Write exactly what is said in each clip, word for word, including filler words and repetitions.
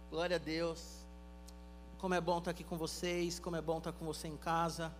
Glória a Deus. Como é bom estar aqui com vocês, como é bom estar com você em casa.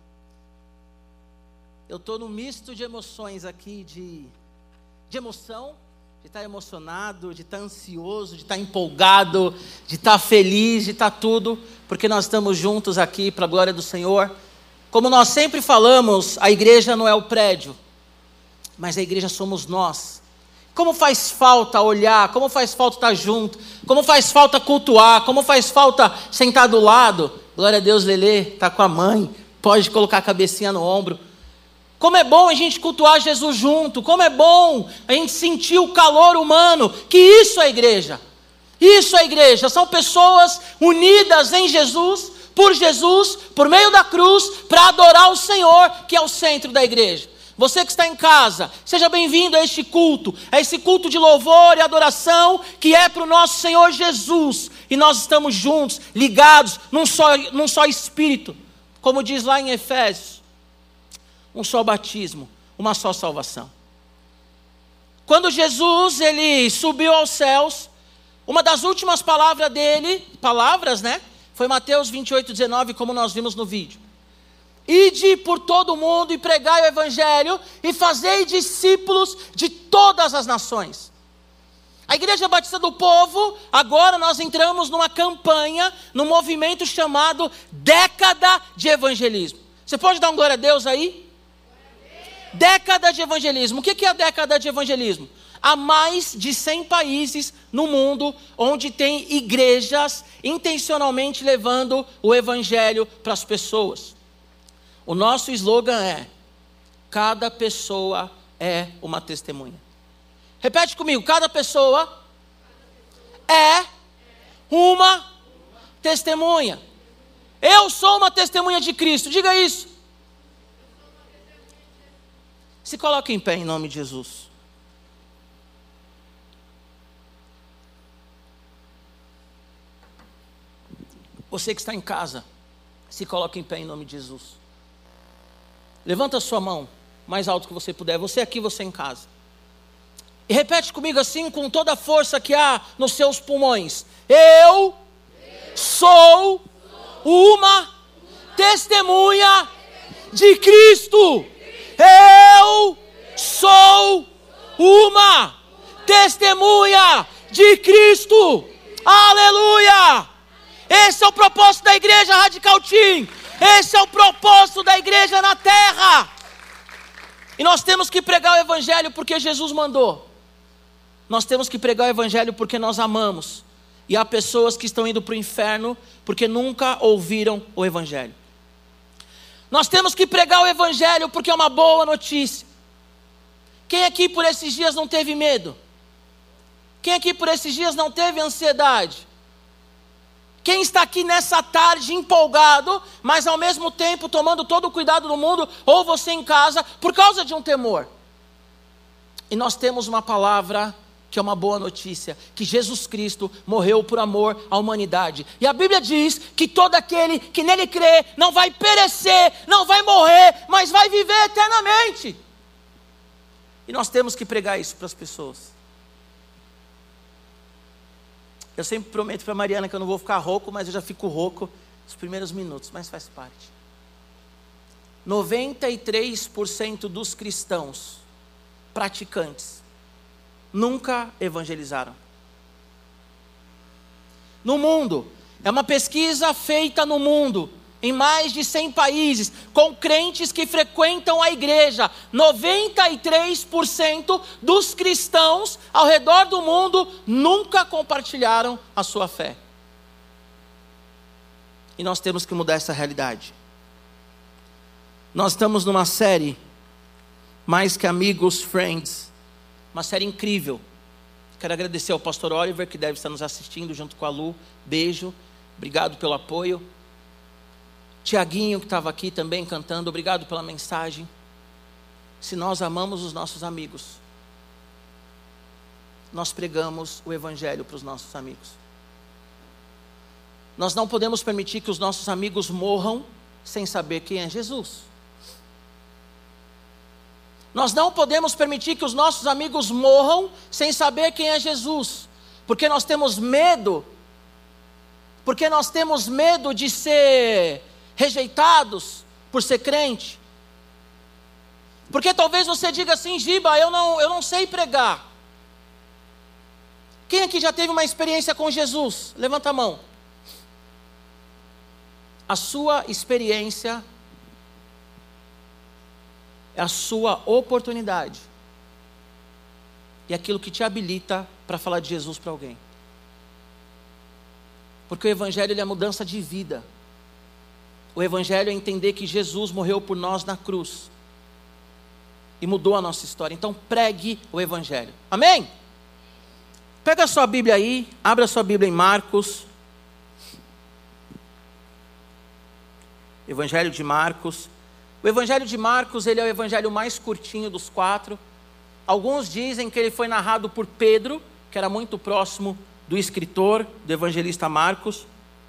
Eu estou num misto de emoções aqui, de, de emoção, de estar emocionado, de estar ansioso, de estar empolgado, de estar feliz, de estar tudo, porque nós estamos juntos aqui para a glória do Senhor. Como nós sempre falamos, a igreja não é o prédio, mas a igreja somos nós. Como faz falta olhar, como faz falta estar junto, como faz falta cultuar, como faz falta sentar do lado. Glória a Deus, Lelê, está com a mãe, pode colocar a cabecinha no ombro. Como é bom a gente cultuar Jesus junto, como é bom a gente sentir o calor humano, que isso é a igreja. Isso é a igreja, são pessoas unidas em Jesus, por Jesus, por meio da cruz, para adorar o Senhor, que é o centro da igreja. Você que está em casa, seja bem-vindo a este culto, a esse culto de louvor e adoração, que é para o nosso Senhor Jesus. E nós estamos juntos, ligados, num só, num só Espírito, como diz lá em Efésios. Um só batismo, uma só salvação. Quando Jesus, ele subiu aos céus, uma das últimas palavras dele, palavras, né? Foi Mateus vinte e oito, dezenove, como nós vimos no vídeo. Ide por todo o mundo e pregai o evangelho e fazei discípulos de todas as nações. A Igreja Batista do Povo, agora nós entramos numa campanha, num movimento chamado Década de Evangelismo. Você pode dar um glória a Deus aí? Década de Evangelismo. O que é a década de evangelismo? Há mais de cem países no mundo onde tem igrejas intencionalmente levando o evangelho para as pessoas. O nosso slogan é: cada pessoa é uma testemunha. Repete comigo: cada pessoa é uma testemunha. Eu sou uma testemunha de Cristo, diga isso. Se coloque em pé em nome de Jesus. Você que está em casa, se coloque em pé em nome de Jesus. Levanta a sua mão, mais alto que você puder. Você aqui, você em casa. E repete comigo assim, com toda a força que há nos seus pulmões. Eu sou uma testemunha de Cristo. Eu sou uma testemunha de Cristo. Aleluia! Esse é o propósito da Igreja Radical Team. Esse é o propósito da igreja na terra. E nós temos que pregar o evangelho porque Jesus mandou. Nós temos que pregar o evangelho porque nós amamos. E há pessoas que estão indo para o inferno porque nunca ouviram o evangelho. Nós temos que pregar o evangelho porque é uma boa notícia. Quem aqui por esses dias não teve medo? Quem aqui por esses dias não teve ansiedade? Quem está aqui nessa tarde empolgado, mas ao mesmo tempo tomando todo o cuidado do mundo, ou você em casa, por causa de um temor? E nós temos uma palavra que é uma boa notícia, que Jesus Cristo morreu por amor à humanidade. E a Bíblia diz que todo aquele que nele crê não vai perecer, não vai morrer, mas vai viver eternamente. E nós temos que pregar isso para as pessoas. Eu sempre prometo para a Mariana que eu não vou ficar rouco, mas eu já fico rouco nos primeiros minutos, mas faz parte. noventa e três por cento dos cristãos praticantes nunca evangelizaram. No mundo, é uma pesquisa feita no mundo, em mais de cem países, com crentes que frequentam a igreja. noventa e três por cento dos cristãos ao redor do mundo nunca compartilharam a sua fé. E nós temos que mudar essa realidade. Nós estamos numa série, Mais que Amigos, Friends, uma série incrível. Quero agradecer ao pastor Oliver, que deve estar nos assistindo junto com a Lu. Beijo, obrigado pelo apoio. Tiaguinho, que estava aqui também cantando, obrigado pela mensagem. Se nós amamos os nossos amigos, nós pregamos o evangelho para os nossos amigos. Nós não podemos permitir que os nossos amigos morram sem saber quem é Jesus. Nós não podemos permitir que os nossos amigos morram sem saber quem é Jesus, porque nós temos medo Porque nós temos medo de ser rejeitados por ser crente. Porque talvez você diga assim: Giba, eu não, eu não sei pregar. Quem aqui já teve uma experiência com Jesus? Levanta a mão. A sua experiência é a sua oportunidade. E aquilo que te habilita para falar de Jesus para alguém. Porque o Evangelho ele é mudança de vida. O Evangelho é entender que Jesus morreu por nós na cruz. E mudou a nossa história. Então pregue o Evangelho. Amém? Pega a sua Bíblia aí. Abra a sua Bíblia em Marcos. Evangelho de Marcos. O Evangelho de Marcos ele é o evangelho mais curtinho dos quatro. Alguns dizem que ele foi narrado por Pedro, que era muito próximo do escritor, do evangelista Marcos.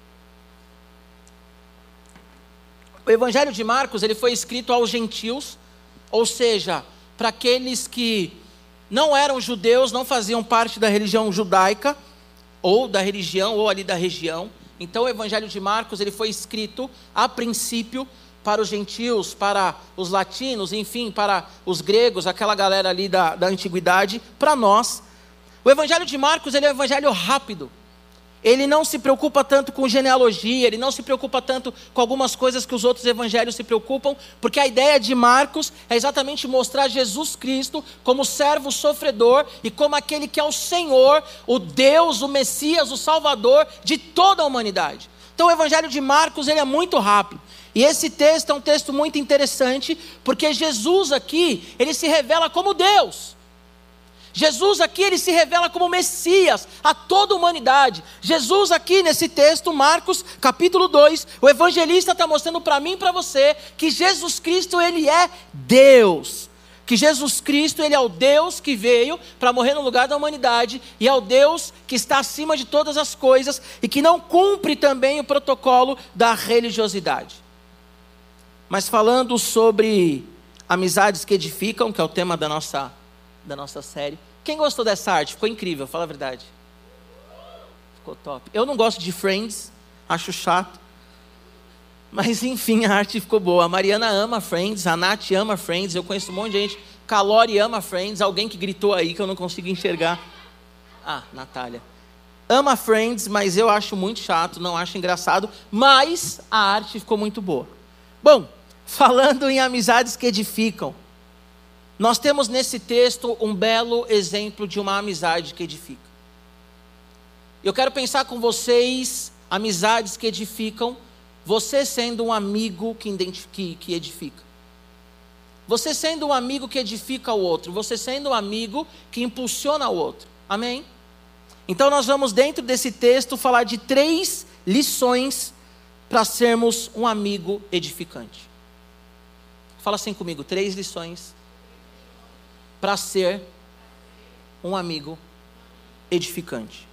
O Evangelho de Marcos ele foi escrito aos gentios, ou seja, para aqueles que não eram judeus, não faziam parte da religião judaica, ou da religião, ou ali da região. Então o Evangelho de Marcos ele foi escrito, a princípio, para os gentios, para os latinos, enfim, para os gregos, aquela galera ali da, da antiguidade, para nós. O Evangelho de Marcos ele é um evangelho rápido. Ele não se preocupa tanto com genealogia, ele não se preocupa tanto com algumas coisas que os outros evangelhos se preocupam, porque a ideia de Marcos é exatamente mostrar Jesus Cristo como servo sofredor e como aquele que é o Senhor, o Deus, o Messias, o Salvador de toda a humanidade. Então o Evangelho de Marcos ele é muito rápido. E esse texto é um texto muito interessante, porque Jesus aqui, ele se revela como Deus. Jesus aqui, ele se revela como Messias a toda a humanidade. Jesus aqui nesse texto, Marcos capítulo dois, o evangelista está mostrando para mim e para você, que Jesus Cristo ele é Deus. Que Jesus Cristo ele é o Deus que veio para morrer no lugar da humanidade, e é o Deus que está acima de todas as coisas, e que não cumpre também o protocolo da religiosidade. Mas falando sobre amizades que edificam, que é o tema da nossa da nossa série. Quem gostou dessa arte? Ficou incrível, fala a verdade. Ficou top. Eu não gosto de Friends, acho chato. Mas enfim, a arte ficou boa. A Mariana ama Friends, a Nath ama Friends, eu conheço um monte de gente. Calori ama Friends, alguém que gritou aí que eu não consigo enxergar. Ah, Natália. Ama Friends, mas eu acho muito chato, não acho engraçado. Mas a arte ficou muito boa. Bom, falando em amizades que edificam, nós temos nesse texto um belo exemplo de uma amizade que edifica. Eu quero pensar com vocês, amizades que edificam, você sendo um amigo que, que, que edifica. Você sendo um amigo que edifica o outro, você sendo um amigo que impulsiona o outro. Amém? Então nós vamos dentro desse texto falar de três lições para sermos um amigo edificante. Fala assim comigo, três lições para ser um amigo edificante.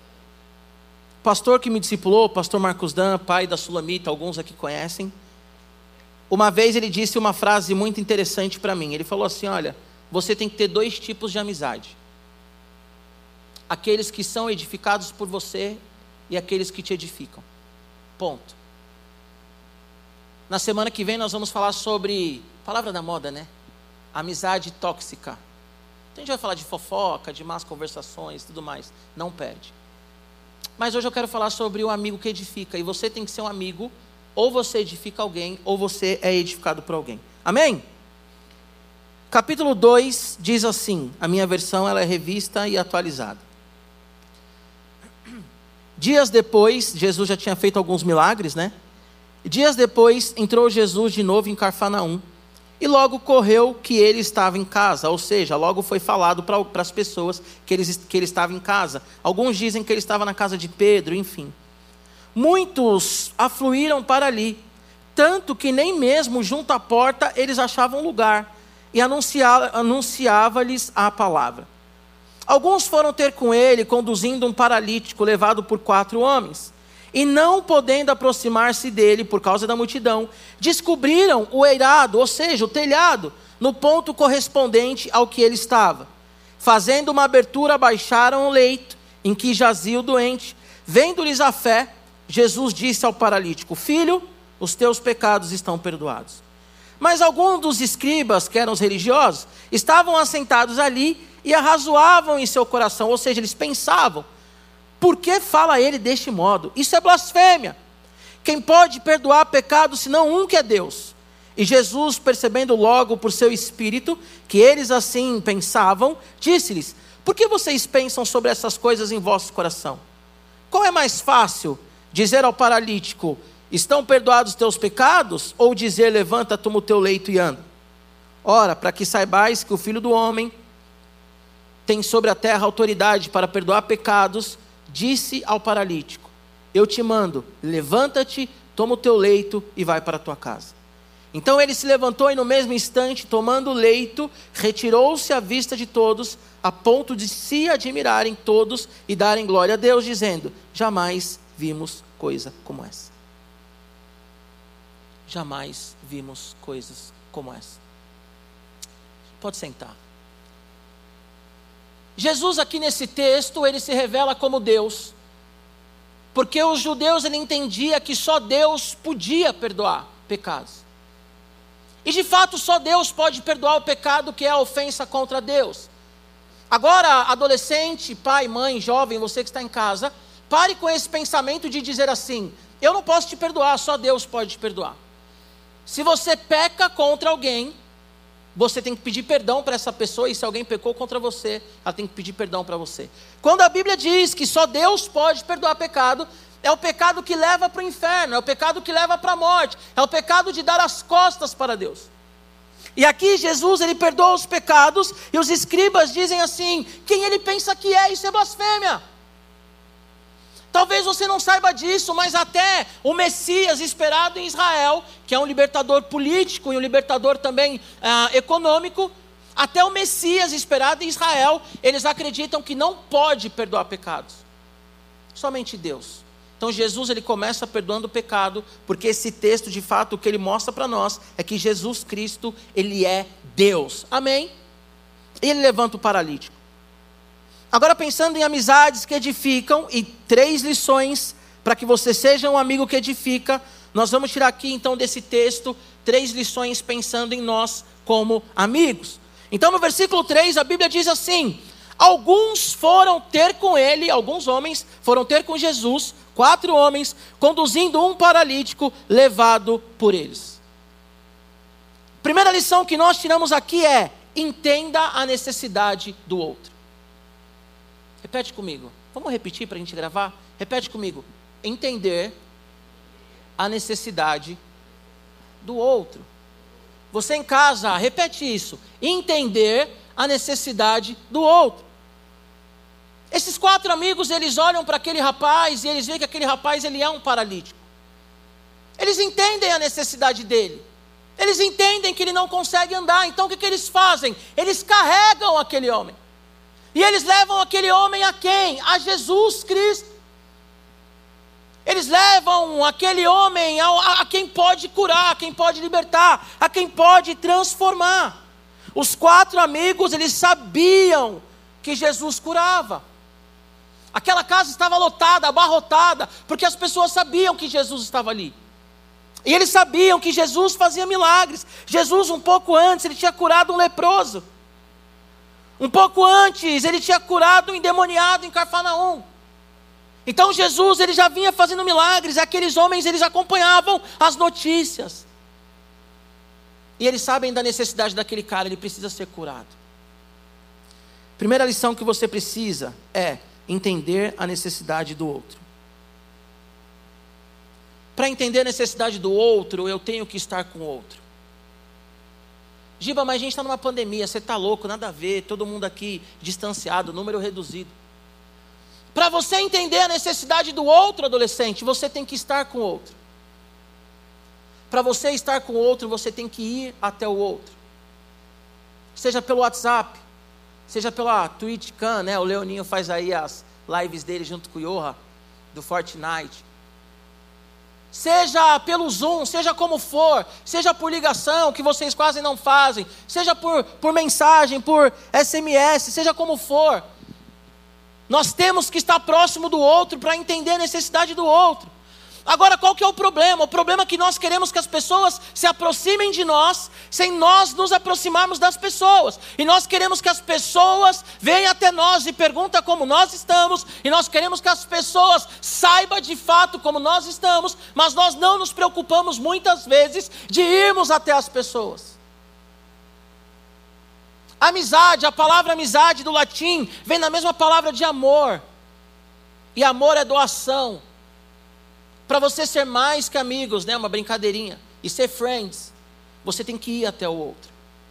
O pastor que me discipulou, o pastor Marcos Dan, pai da Sulamita, alguns aqui conhecem. Uma vez ele disse uma frase muito interessante para mim. Ele falou assim: olha, você tem que ter dois tipos de amizade. Aqueles que são edificados por você e aqueles que te edificam. Ponto. Na semana que vem nós vamos falar sobre, palavra da moda, né? Amizade tóxica. Então a gente vai falar de fofoca, de más conversações, tudo mais. Não perde. Mas hoje eu quero falar sobre o amigo que edifica. E você tem que ser um amigo, ou você edifica alguém, ou você é edificado por alguém. Amém? Capítulo dois diz assim, a minha versão ela é revista e atualizada. Dias depois, Jesus já tinha feito alguns milagres, né? Dias depois, entrou Jesus de novo em Cafarnaum. E logo correu que ele estava em casa, ou seja, logo foi falado para as pessoas que ele, que ele estava em casa. Alguns dizem que ele estava na casa de Pedro, enfim. Muitos afluíram para ali, tanto que nem mesmo junto à porta eles achavam lugar, e anuncia, anunciava-lhes a palavra. Alguns foram ter com ele, conduzindo um paralítico levado por quatro homens. E não podendo aproximar-se dele por causa da multidão, descobriram o eirado, ou seja, o telhado, no ponto correspondente ao que ele estava. Fazendo uma abertura, abaixaram o leito em que jazia o doente. Vendo-lhes a fé, Jesus disse ao paralítico: filho, os teus pecados estão perdoados. Mas alguns dos escribas, que eram os religiosos, estavam assentados ali e arrazoavam em seu coração, ou seja, eles pensavam: por que fala ele deste modo? Isso é blasfêmia. Quem pode perdoar pecados senão um que é Deus? E Jesus, percebendo logo por seu espírito que eles assim pensavam, disse-lhes: por que vocês pensam sobre essas coisas em vosso coração? Qual é mais fácil, dizer ao paralítico: estão perdoados os teus pecados? Ou dizer: levanta, toma o teu leito e anda? Ora, para que saibais que o Filho do Homem tem sobre a terra autoridade para perdoar pecados, disse ao paralítico: eu te mando, levanta-te, toma o teu leito e vai para a tua casa. Então ele se levantou e no mesmo instante, tomando o leito, retirou-se à vista de todos, a ponto de se admirarem todos e darem glória a Deus, dizendo: jamais vimos coisa como essa. Jamais vimos coisas como essa. Pode sentar. Jesus aqui nesse texto, ele se revela como Deus, porque os judeus, ele entendia que só Deus podia perdoar pecados. E de fato só Deus pode perdoar o pecado que é a ofensa contra Deus. Agora, adolescente, pai, mãe, jovem, você que está em casa, pare com esse pensamento de dizer assim: eu não posso te perdoar, só Deus pode te perdoar. Se você peca contra alguém, você tem que pedir perdão para essa pessoa, e se alguém pecou contra você, ela tem que pedir perdão para você. Quando a Bíblia diz que só Deus pode perdoar pecado, é o pecado que leva para o inferno, é o pecado que leva para a morte, é o pecado de dar as costas para Deus. E aqui Jesus, ele perdoa os pecados, e os escribas dizem assim: quem ele pensa que é? Isso é blasfêmia. Talvez você não saiba disso, mas até o Messias esperado em Israel, que é um libertador político e um libertador também ah, econômico, até o Messias esperado em Israel, eles acreditam que não pode perdoar pecados, somente Deus. Então Jesus, ele começa perdoando o pecado, porque esse texto, de fato, o que ele mostra para nós é que Jesus Cristo, ele é Deus. Amém? Ele levanta o paralítico. Agora, pensando em amizades que edificam, e três lições para que você seja um amigo que edifica, nós vamos tirar aqui então desse texto três lições pensando em nós como amigos. Então no versículo três a Bíblia diz assim: alguns foram ter com ele, alguns homens foram ter com Jesus, quatro homens, conduzindo um paralítico levado por eles. Primeira lição que nós tiramos aqui é: entenda a necessidade do outro. Repete comigo. Vamos repetir para a gente gravar? Repete comigo. Entender a necessidade do outro. Você em casa, repete isso. Entender a necessidade do outro. Esses quatro amigos, eles olham para aquele rapaz e eles veem que aquele rapaz, ele é um paralítico. Eles entendem a necessidade dele. Eles entendem que ele não consegue andar. Então o que, que eles fazem? Eles carregam aquele homem. E eles levam aquele homem a quem? A Jesus Cristo. Eles levam aquele homem a, a, a quem pode curar, a quem pode libertar, a quem pode transformar. Os quatro amigos, eles sabiam que Jesus curava. Aquela casa estava lotada, abarrotada, porque as pessoas sabiam que Jesus estava ali. E eles sabiam que Jesus fazia milagres. Jesus, um pouco antes, ele tinha curado um leproso. Um pouco antes, ele tinha curado um endemoniado em Cafarnaum. Então Jesus, ele já vinha fazendo milagres, e aqueles homens, eles acompanhavam as notícias. E eles sabem da necessidade daquele cara, ele precisa ser curado. Primeira lição que você precisa é entender a necessidade do outro. Para entender a necessidade do outro, eu tenho que estar com o outro. Giba, mas a gente está numa pandemia, você está louco, nada a ver, todo mundo aqui distanciado, número reduzido. Para você entender a necessidade do outro, adolescente, você tem que estar com o outro. Para você estar com o outro, você tem que ir até o outro. Seja pelo WhatsApp, seja pela TwitchCam, né? O Leoninho faz aí as lives dele junto com o Yoha, do Fortnite. Seja pelo Zoom, seja como for, seja por ligação, que vocês quase não fazem, seja por, por mensagem, por S M S, seja como for. Nós temos que estar próximo do outro para entender a necessidade do outro. Agora, qual que é o problema? O problema é que nós queremos que as pessoas se aproximem de nós, sem nós nos aproximarmos das pessoas. E nós queremos que as pessoas venham até nós e perguntem como nós estamos. E nós queremos que as pessoas saibam de fato como nós estamos. Mas nós não nos preocupamos muitas vezes de irmos até as pessoas. Amizade, a palavra amizade do latim vem da mesma palavra de amor. E amor é doação. Para você ser mais que amigos, né, uma brincadeirinha, e ser friends, você tem que ir até o outro.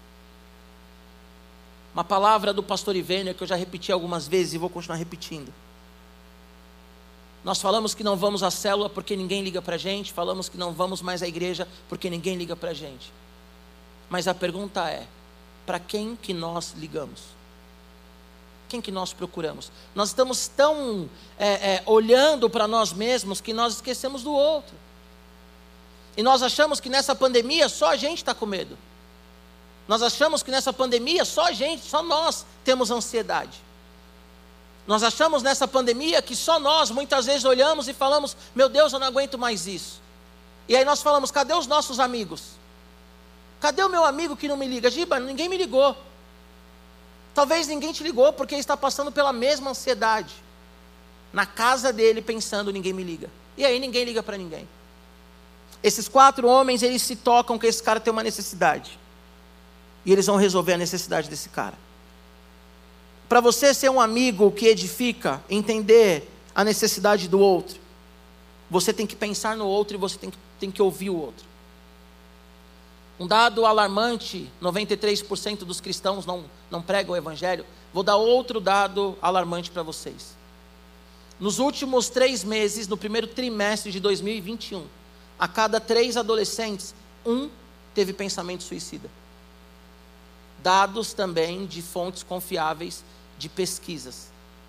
Uma palavra do pastor Iverner que eu já repeti algumas vezes e vou continuar repetindo. Nós falamos que não vamos à célula porque ninguém liga para a gente, falamos que não vamos mais à igreja porque ninguém liga para a gente. Mas a pergunta é, para quem que nós ligamos? Quem que nós procuramos? Nós estamos tão é, é, olhando para nós mesmos que nós esquecemos do outro. E nós achamos que nessa pandemia só a gente está com medo. Nós achamos que nessa pandemia só a gente, só nós temos ansiedade. Nós achamos nessa pandemia que só nós muitas vezes olhamos e falamos, meu Deus, eu não aguento mais isso. E aí nós falamos, cadê os nossos amigos? Cadê o meu amigo que não me liga? Giba, ninguém me ligou. Talvez ninguém te ligou porque ele está passando pela mesma ansiedade. Na casa dele pensando, ninguém me liga. E aí ninguém liga para ninguém. Esses quatro homens, eles se tocam que esse cara tem uma necessidade. E eles vão resolver a necessidade desse cara. Para você ser um amigo que edifica, entender a necessidade do outro, você tem que pensar no outro e você tem que, tem que ouvir o outro. Um dado alarmante, noventa e três por cento dos cristãos não, não pregam o evangelho. Vou dar outro dado alarmante para vocês. Nos últimos três meses, no primeiro trimestre de dois mil e vinte e um, a cada três adolescentes, um teve pensamento suicida. Dados também de fontes confiáveis de pesquisas.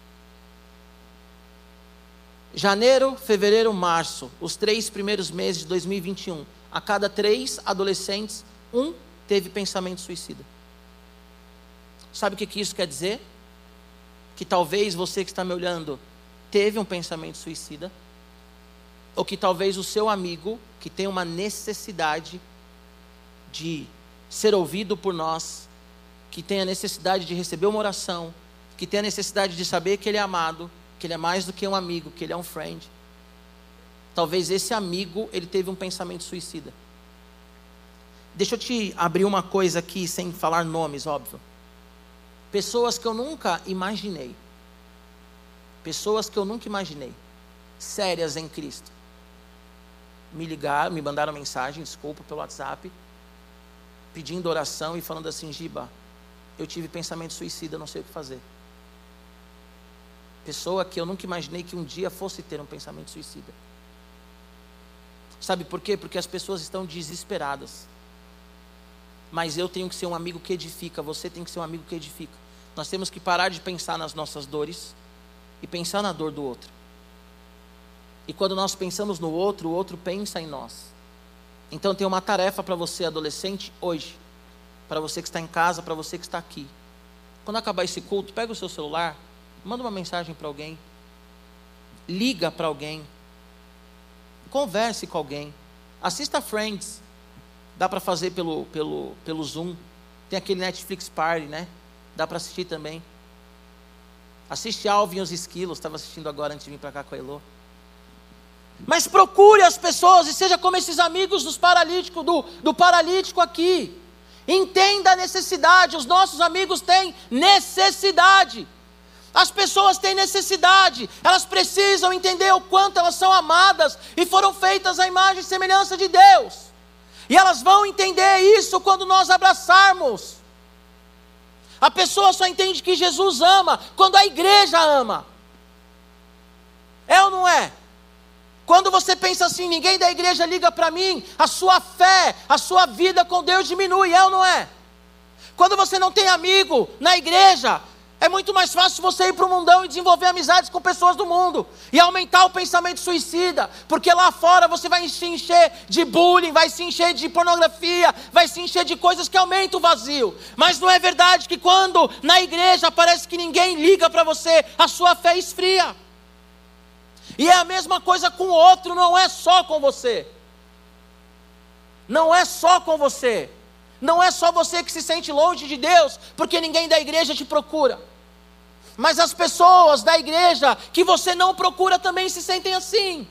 Janeiro, fevereiro, março, os três primeiros meses de dois mil e vinte e um, a cada três adolescentes, um teve pensamento suicida. Sabe o que, que isso quer dizer? Que talvez você que está me olhando teve um pensamento suicida, ou que talvez o seu amigo, que tem uma necessidade de ser ouvido por nós, que tem a necessidade de receber uma oração, que tem a necessidade de saber que ele é amado, que ele é mais do que um amigo, que ele é um friend. Talvez esse amigo, ele teve um pensamento suicida. Deixa eu te abrir uma coisa aqui, sem falar nomes, óbvio. Pessoas que eu nunca imaginei. Pessoas que eu nunca imaginei. Sérias em Cristo. Me ligaram, me mandaram mensagem, desculpa, pelo WhatsApp, pedindo oração e falando assim, Giba, eu tive pensamento suicida, não sei o que fazer. Pessoa que eu nunca imaginei que um dia fosse ter um pensamento suicida. Sabe por quê? Porque as pessoas estão desesperadas. Mas eu tenho que ser um amigo que edifica, você tem que ser um amigo que edifica. Nós temos que parar de pensar nas nossas dores e pensar na dor do outro. E quando nós pensamos no outro, o outro pensa em nós. Então tem uma tarefa para você, adolescente, hoje. Para você que está em casa, para você que está aqui. Quando acabar esse culto, pega o seu celular, manda uma mensagem para alguém. Liga para alguém. Converse com alguém. Assista Friends. Dá para fazer pelo, pelo, pelo Zoom. Tem aquele Netflix Party, né? Dá para assistir também. Assiste Alvin e os Esquilos. Estava assistindo agora antes de vir para cá com a Elô. Mas procure as pessoas e seja como esses amigos dos paralíticos, do, do paralítico aqui. Entenda a necessidade. Os nossos amigos têm necessidade. As pessoas têm necessidade, elas precisam entender o quanto elas são amadas e foram feitas à imagem e semelhança de Deus. E elas vão entender isso quando nós abraçarmos. A pessoa só entende que Jesus ama quando a igreja ama. É ou não é? Quando você pensa assim, ninguém da igreja liga para mim, a sua fé, a sua vida com Deus diminui, é ou não é? Quando você não tem amigo na igreja, é muito mais fácil você ir para o mundão e desenvolver amizades com pessoas do mundo. E aumentar o pensamento suicida. Porque lá fora você vai se encher de bullying, vai se encher de pornografia, vai se encher de coisas que aumentam o vazio. Mas não é verdade que quando na igreja parece que ninguém liga para você, a sua fé esfria. E é a mesma coisa com o outro, não é só com você. Não é só com você. Não é só você que se sente longe de Deus, porque ninguém da igreja te procura. Mas as pessoas da igreja que você não procura também se sentem assim.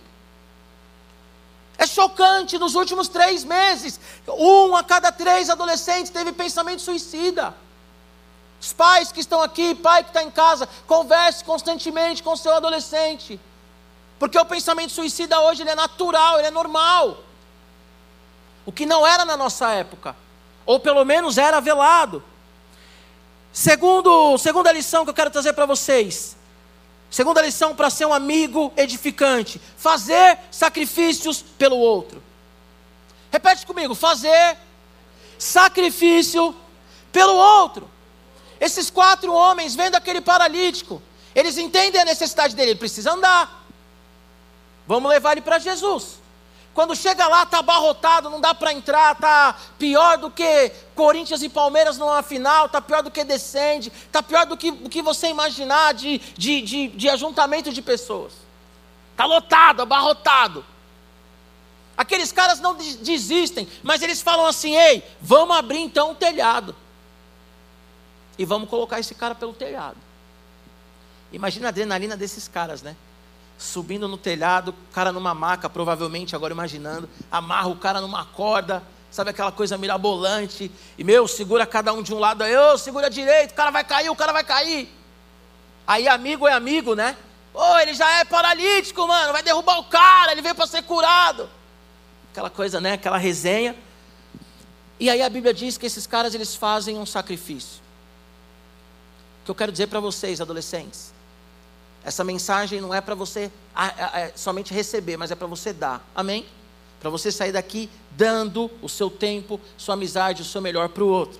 É chocante, nos últimos três meses, um a cada três adolescentes teve pensamento suicida. Os pais que estão aqui, pai que está em casa, converse constantemente com o seu adolescente. Porque o pensamento suicida hoje ele é natural, ele é normal. O que não era na nossa época. Ou pelo menos era velado. Segundo, segunda lição que eu quero trazer para vocês. Segunda lição para ser um amigo edificante. Fazer sacrifícios pelo outro. Repete comigo. Fazer sacrifício pelo outro. Esses quatro homens vendo aquele paralítico. Eles entendem a necessidade dele. Ele precisa andar. Vamos levar ele para Jesus. Quando chega lá, está abarrotado, não dá para entrar, está pior do que Corinthians e Palmeiras numa final, está pior do que descende, está pior do que o que você imaginar de, de, de, de ajuntamento de pessoas. Está lotado, abarrotado. Aqueles caras não desistem, mas eles falam assim: ei, vamos abrir então o telhado. E vamos colocar esse cara pelo telhado. Imagina a adrenalina desses caras, né? Subindo no telhado, o cara numa maca, provavelmente, agora imaginando, amarra o cara numa corda, sabe aquela coisa mirabolante, e meu, segura cada um de um lado, aí, ô, segura direito, o cara vai cair, o cara vai cair. Aí amigo é amigo, né? Ô, ele já é paralítico, mano, vai derrubar o cara, ele veio para ser curado. Aquela coisa, né, aquela resenha. E aí a Bíblia diz que esses caras, eles fazem um sacrifício. O que eu quero dizer para vocês, adolescentes, essa mensagem não é para você a, a, a, somente receber, mas é para você dar, amém? Para você sair daqui dando o seu tempo, sua amizade, o seu melhor para o outro.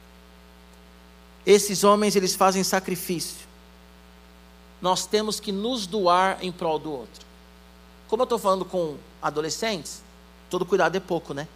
Esses homens, eles fazem sacrifício. Nós temos que nos doar em prol do outro. Como eu estou falando com adolescentes, todo cuidado é pouco, né?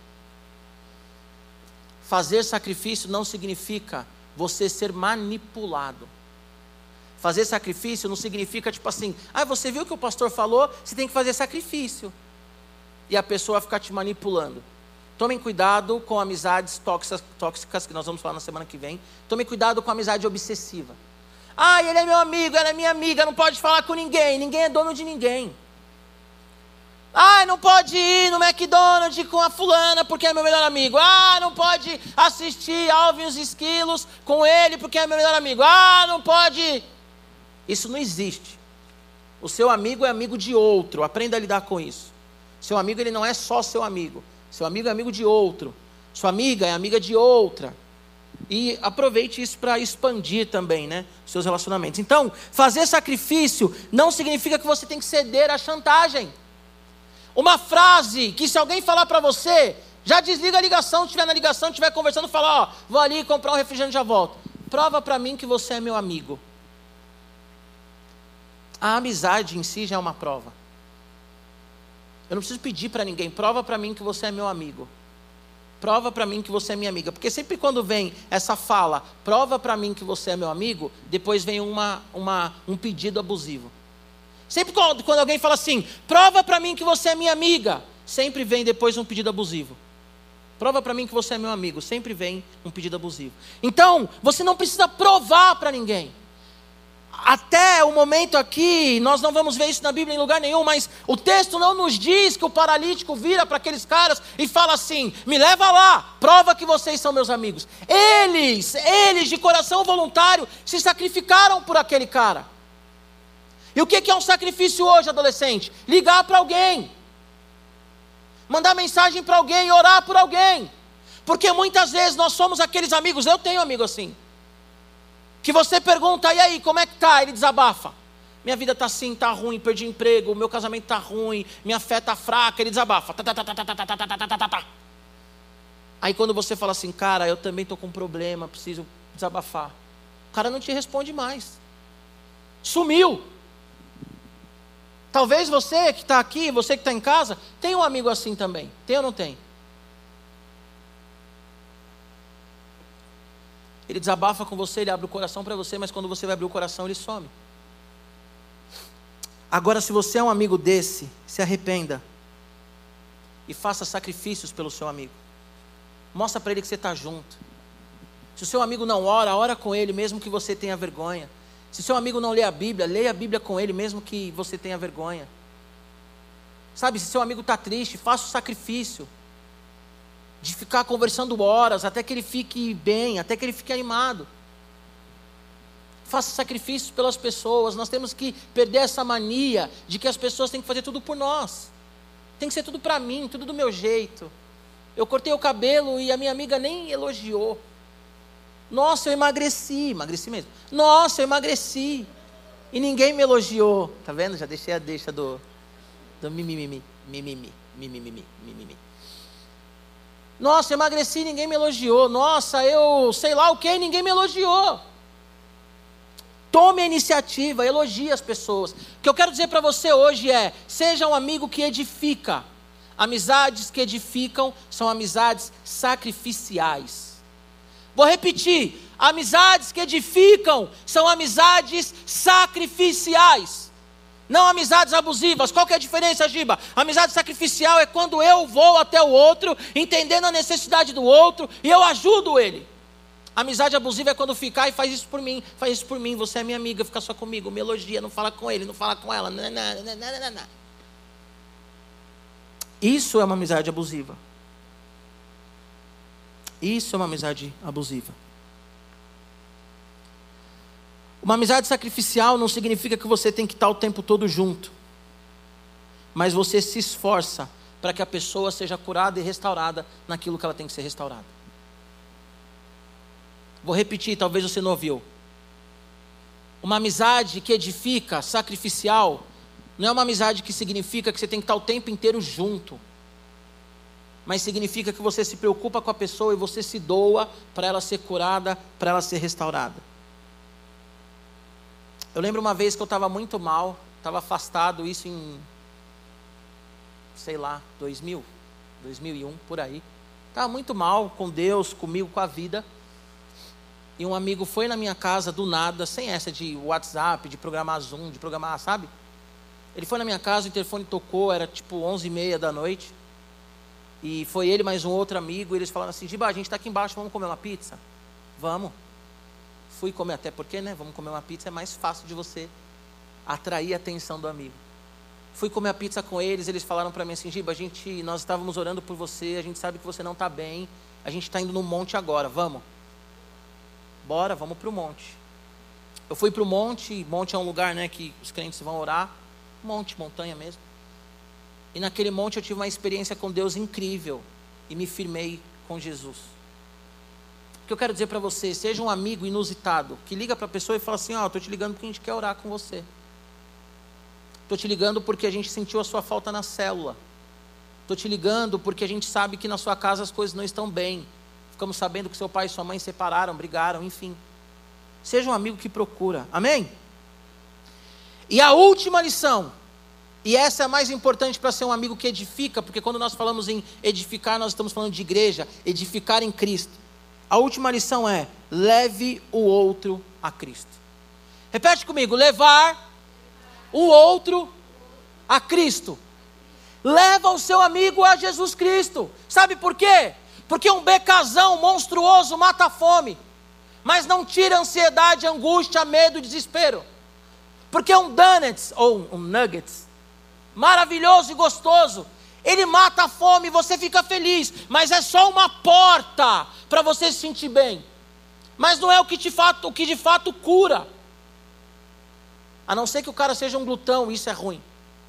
Fazer sacrifício não significa você ser manipulado. Fazer sacrifício não significa tipo assim: ah, você viu o que o pastor falou? Você tem que fazer sacrifício. E a pessoa ficar te manipulando. Tomem cuidado com amizades tóxicas, tóxicas, que nós vamos falar na semana que vem. Tomem cuidado com a amizade obsessiva. Ah, ele é meu amigo, ela é minha amiga, não pode falar com ninguém. Ninguém é dono de ninguém. Ah, não pode ir no McDonald's com a fulana porque é meu melhor amigo. Ah, não pode assistir Alvin e os Esquilos com ele porque é meu melhor amigo. Ah, não pode... Isso não existe. O seu amigo é amigo de outro. Aprenda a lidar com isso. Seu amigo, ele não é só seu amigo. Seu amigo é amigo de outro. Sua amiga é amiga de outra. E aproveite isso para expandir também, né, seus relacionamentos. Então, fazer sacrifício não significa que você tem que ceder à chantagem. Uma frase que se alguém falar para você, já desliga a ligação, se estiver na ligação, estiver conversando, fala: ó, vou ali comprar um refrigerante e já volto. Prova para mim que você é meu amigo. A amizade em si já é uma prova. Eu não preciso pedir para ninguém: prova para mim que você é meu amigo. Prova para mim que você é minha amiga. Porque sempre quando vem essa fala, prova para mim que você é meu amigo, depois vem uma, uma, um pedido abusivo. Sempre quando, quando alguém fala assim: prova para mim que você é minha amiga, sempre vem depois um pedido abusivo. Prova para mim que você é meu amigo, sempre vem um pedido abusivo. Então, você não precisa provar para ninguém. Até o momento aqui, nós não vamos ver isso na Bíblia em lugar nenhum, mas o texto não nos diz que o paralítico vira para aqueles caras e fala assim: me leva lá, prova que vocês são meus amigos. Eles, eles de coração voluntário, se sacrificaram por aquele cara. E o que é um sacrifício hoje, adolescente? Ligar para alguém, mandar mensagem para alguém, orar por alguém. Porque muitas vezes nós somos aqueles amigos, eu tenho amigo assim, que você pergunta: e aí, como é que tá? Ele desabafa: minha vida tá assim, tá ruim, perdi emprego, meu casamento tá ruim, minha fé tá fraca. Ele desabafa. Tá, tá, tá, tá, tá, tá, tá, tá, tá, tá, tá. Aí quando você fala assim: cara, eu também tô com um problema, preciso desabafar, o cara não te responde mais. Sumiu. Talvez você que está aqui, você que está em casa, tenha um amigo assim também. Tem ou não tem? Ele desabafa com você, ele abre o coração para você, mas quando você vai abrir o coração, ele some. Agora, se você é um amigo desse, se arrependa e faça sacrifícios pelo seu amigo. Mostra para ele que você está junto. Se o seu amigo não ora, ora com ele, mesmo que você tenha vergonha. Se o seu amigo não lê a Bíblia, leia a Bíblia com ele, mesmo que você tenha vergonha. Sabe, se seu amigo está triste, faça o sacrifício de ficar conversando horas, até que ele fique bem, até que ele fique animado. Faça sacrifícios pelas pessoas. Nós temos que perder essa mania de que as pessoas têm que fazer tudo por nós. Tem que ser tudo para mim, tudo do meu jeito. Eu cortei o cabelo e a minha amiga nem elogiou. Nossa, eu emagreci, emagreci mesmo. Nossa, eu emagreci e ninguém me elogiou. Tá vendo? Já deixei a deixa do do mimimi, mimimi, mimimi, mimimi. Nossa, eu emagreci e ninguém me elogiou. Nossa, eu sei lá o que e ninguém me elogiou. Tome a iniciativa, elogie as pessoas. O que eu quero dizer para você hoje é: seja um amigo que edifica. Amizades que edificam são amizades sacrificiais. Vou repetir: amizades que edificam são amizades sacrificiais, não amizades abusivas. Qual que é a diferença, Giba? Amizade sacrificial é quando eu vou até o outro, entendendo a necessidade do outro, e eu ajudo ele. Amizade abusiva é quando ficar e faz isso por mim, faz isso por mim, você é minha amiga, fica só comigo, me elogia, não fala com ele, não fala com ela. Não, não, não, não, não. Isso é uma amizade abusiva. Isso é uma amizade abusiva. Uma amizade sacrificial não significa que você tem que estar o tempo todo junto, mas você se esforça para que a pessoa seja curada e restaurada naquilo que ela tem que ser restaurada. Vou repetir, talvez você não ouviu. Uma amizade que edifica, sacrificial, não é uma amizade que significa que você tem que estar o tempo inteiro junto, mas significa que você se preocupa com a pessoa e você se doa para ela ser curada, para ela ser restaurada. Eu lembro uma vez que eu estava muito mal, estava afastado, isso em, sei lá, dois mil, dois mil e um, por aí. Estava muito mal com Deus, comigo, com a vida. E um amigo foi na minha casa do nada, sem essa de WhatsApp, de programar Zoom, de programar, sabe? Ele foi na minha casa, o interfone tocou, era tipo onze e meia da noite. E foi ele mais um outro amigo, e eles falaram assim: Giba, a gente está aqui embaixo, vamos comer uma pizza? Vamos. Fui comer, até porque, né, vamos comer uma pizza, é mais fácil de você atrair a atenção do amigo. Fui comer a pizza com eles, eles falaram para mim assim: Giba, a gente, nós estávamos orando por você, a gente sabe que você não está bem, a gente está indo no monte agora, vamos? Bora, vamos para o monte. Eu fui para o monte, monte é um lugar, né, que os crentes vão orar, monte, montanha mesmo. E naquele monte eu tive uma experiência com Deus incrível, e me firmei com Jesus. O que eu quero dizer para você: seja um amigo inusitado, que liga para a pessoa e fala assim: ó, oh, estou te ligando porque a gente quer orar com você. Estou te ligando porque a gente sentiu a sua falta na célula. Estou te ligando porque a gente sabe que na sua casa as coisas não estão bem. Ficamos sabendo que seu pai e sua mãe separaram, brigaram, enfim. Seja um amigo que procura, amém? E a última lição, e essa é a mais importante para ser um amigo que edifica, porque quando nós falamos em edificar, nós estamos falando de igreja, edificar em Cristo. A última lição é: leve o outro a Cristo. Repete comigo: levar o outro a Cristo. Leva o seu amigo a Jesus Cristo. Sabe por quê? Porque um becazão monstruoso mata a fome, mas não tira a ansiedade, a angústia, medo e desespero. Porque um donuts, ou um nuggets, maravilhoso e gostoso, ele mata a fome e você fica feliz, mas é só uma porta para você se sentir bem. Mas não é o que, de fato, o que de fato cura. A não ser que o cara seja um glutão, isso é ruim.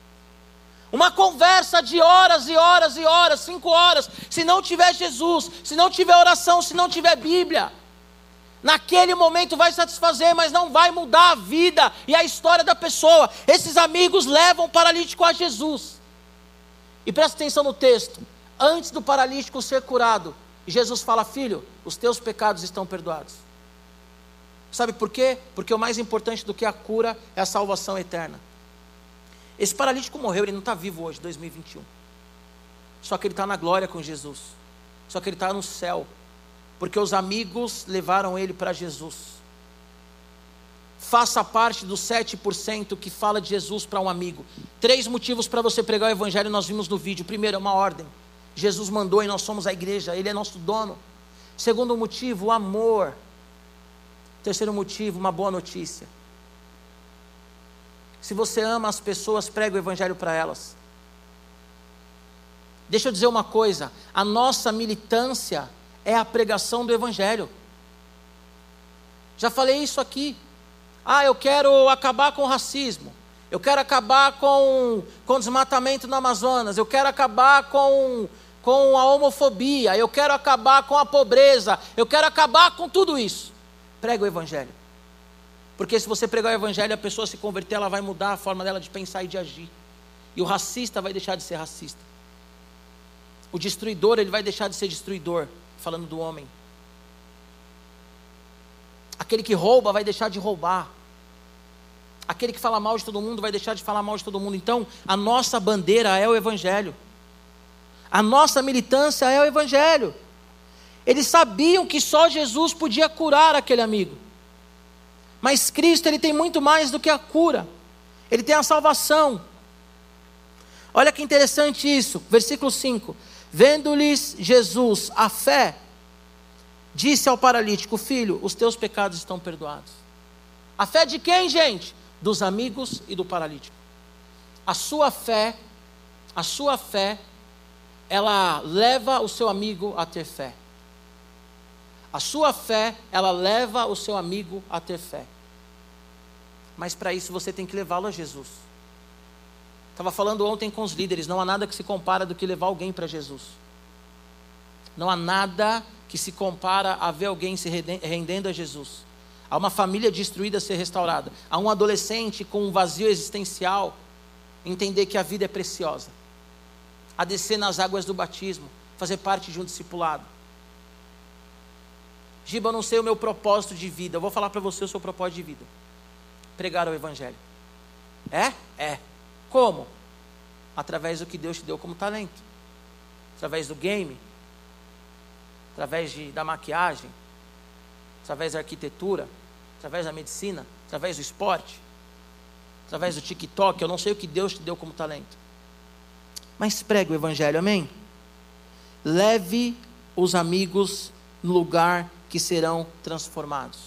Uma conversa de horas e horas e horas, cinco horas, se não tiver Jesus, se não tiver oração, se não tiver Bíblia, naquele momento vai satisfazer, mas não vai mudar a vida e a história da pessoa. Esses amigos levam o paralítico a Jesus. E presta atenção no texto: antes do paralítico ser curado, Jesus fala: filho, os teus pecados estão perdoados. Sabe por quê? Porque o mais importante do que a cura é a salvação eterna. Esse paralítico morreu, ele não está vivo hoje, dois mil e vinte e um. Só que ele está na glória com Jesus. Só que ele está no céu. Porque os amigos levaram ele para Jesus. faça parte dos sete por cento que fala de Jesus para um amigo. Três motivos para você pregar o evangelho nós vimos no vídeo. Primeiro, é uma ordem. Jesus mandou e nós somos a igreja, Ele é nosso dono. Segundo motivo, o amor. Terceiro motivo, uma boa notícia. Se você ama as pessoas, prega o evangelho para elas. Deixa eu dizer uma coisa, a nossa militância é a pregação do evangelho. Já falei isso aqui. Ah, eu quero acabar com o racismo. Eu quero acabar com, com o desmatamento no Amazonas. Eu quero acabar com, com a homofobia. Eu quero acabar com a pobreza. Eu quero acabar com tudo isso. Prega o evangelho. Porque se você pregar o evangelho, a pessoa se converter, ela vai mudar a forma dela de pensar e de agir. E o racista vai deixar de ser racista. O destruidor, ele vai deixar de ser destruidor. Falando do homem. Aquele que rouba vai deixar de roubar. Aquele que fala mal de todo mundo vai deixar de falar mal de todo mundo. Então, a nossa bandeira é o evangelho. A nossa militância é o evangelho. Eles sabiam que só Jesus podia curar aquele amigo. Mas Cristo, Ele tem muito mais do que a cura. Ele tem a salvação. Olha que interessante isso. Versículo cinco. Vendo-lhes Jesus a fé, disse ao paralítico: filho, os teus pecados estão perdoados. A fé de quem, gente? Dos amigos e do paralítico. A sua fé, a sua fé, ela leva o seu amigo a ter fé. A sua fé, ela leva o seu amigo a ter fé. Mas para isso você tem que levá-lo a Jesus. Estava falando ontem com os líderes, não há nada que se compara do que levar alguém para Jesus. Não há nada que se compara a ver alguém se rendendo a Jesus. Há uma família destruída ser restaurada. Há um adolescente com um vazio existencial entender que a vida é preciosa. A descer nas águas do batismo, fazer parte de um discipulado. Giba, eu não sei o meu propósito de vida. Eu vou falar para você o seu propósito de vida. Pregar o evangelho. É? É. Como? Através do que Deus te deu como talento. Através do game. Através de, da maquiagem. Através da arquitetura, através da medicina, através do esporte, através do TikTok. Eu não sei o que Deus te deu como talento, mas pregue o evangelho, amém? Leve os amigos no lugar que serão transformados.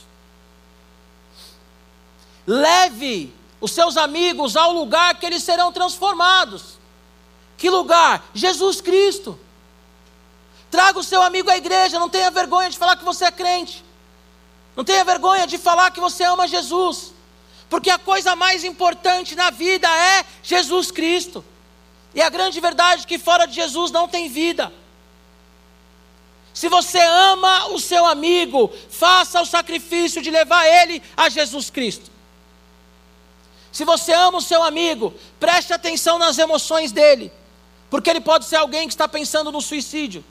Leve os seus amigos ao lugar que eles serão transformados. Que lugar? Jesus Cristo. Traga o seu amigo à igreja, não tenha vergonha de falar que você é crente. Não tenha vergonha de falar que você ama Jesus, porque a coisa mais importante na vida é Jesus Cristo. E a grande verdade é que fora de Jesus não tem vida. Se você ama o seu amigo, faça o sacrifício de levar ele a Jesus Cristo. Se você ama o seu amigo, preste atenção nas emoções dele, porque ele pode ser alguém que está pensando no suicídio.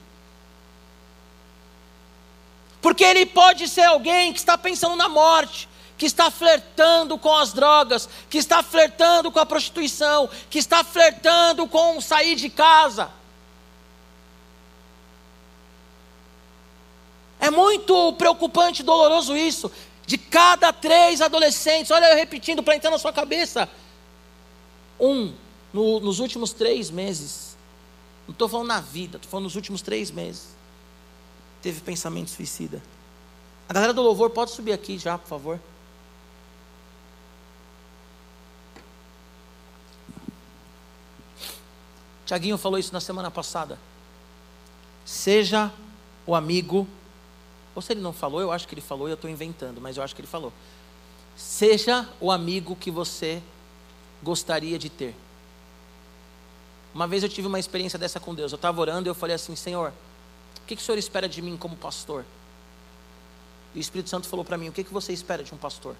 Porque ele pode ser alguém que está pensando na morte, que está flertando com as drogas, que está flertando com a prostituição, que está flertando com sair de casa. É muito preocupante e doloroso isso. De cada três adolescentes, olha eu repetindo para entrar na sua cabeça. Um, no, nos últimos três meses, não estou falando na vida, estou falando nos últimos três meses, teve pensamento suicida. A galera do louvor pode subir aqui já, por favor. Tiaguinho falou isso na semana passada. Seja o amigo, ou se ele não falou, eu acho que ele falou e eu estou inventando, mas eu acho que ele falou. Seja o amigo que você gostaria de ter. Uma vez eu tive uma experiência dessa com Deus. Eu estava orando e eu falei assim: Senhor, o que, que o Senhor espera de mim como pastor? E o Espírito Santo falou para mim: o que, que você espera de um pastor?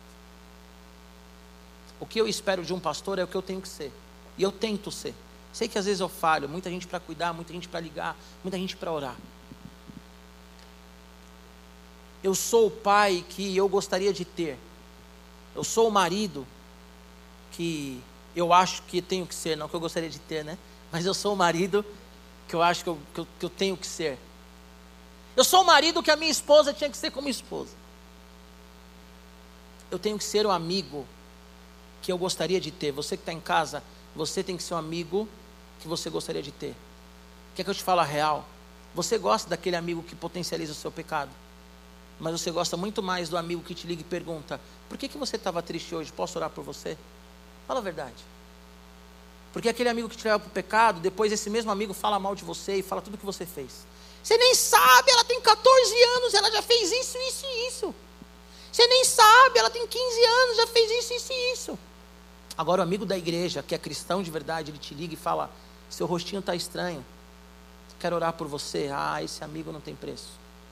O que eu espero de um pastor é o que eu tenho que ser. E eu tento ser. Sei que às vezes eu falho, muita gente para cuidar, muita gente para ligar, muita gente para orar. Eu sou o pai que eu gostaria de ter. Eu sou o marido que eu acho que tenho que ser, não que eu gostaria de ter, né? Mas eu sou o marido que eu acho que eu, que eu, que eu tenho que ser. Eu sou o marido que a minha esposa tinha que ser como esposa. eu tenho que ser o amigo que eu gostaria de ter. Você que está em casa, você tem que ser o amigo que você gostaria de ter. Quer que eu te fale a real? Você gosta daquele amigo que potencializa o seu pecado, mas você gosta muito mais do amigo que te liga e pergunta: por que, que você estava triste hoje? Posso orar por você? Fala a verdade. Porque aquele amigo que te leva para o pecado, depois esse mesmo amigo fala mal de você e fala tudo o que você fez. Você nem sabe, ela tem catorze anos, ela já fez isso, isso e isso. Você nem sabe, ela tem quinze anos, já fez isso, isso e isso. Agora o amigo da igreja, que é cristão de verdade, ele te liga e fala: seu rostinho está estranho, quero orar por você. Ah, esse amigo não tem preço.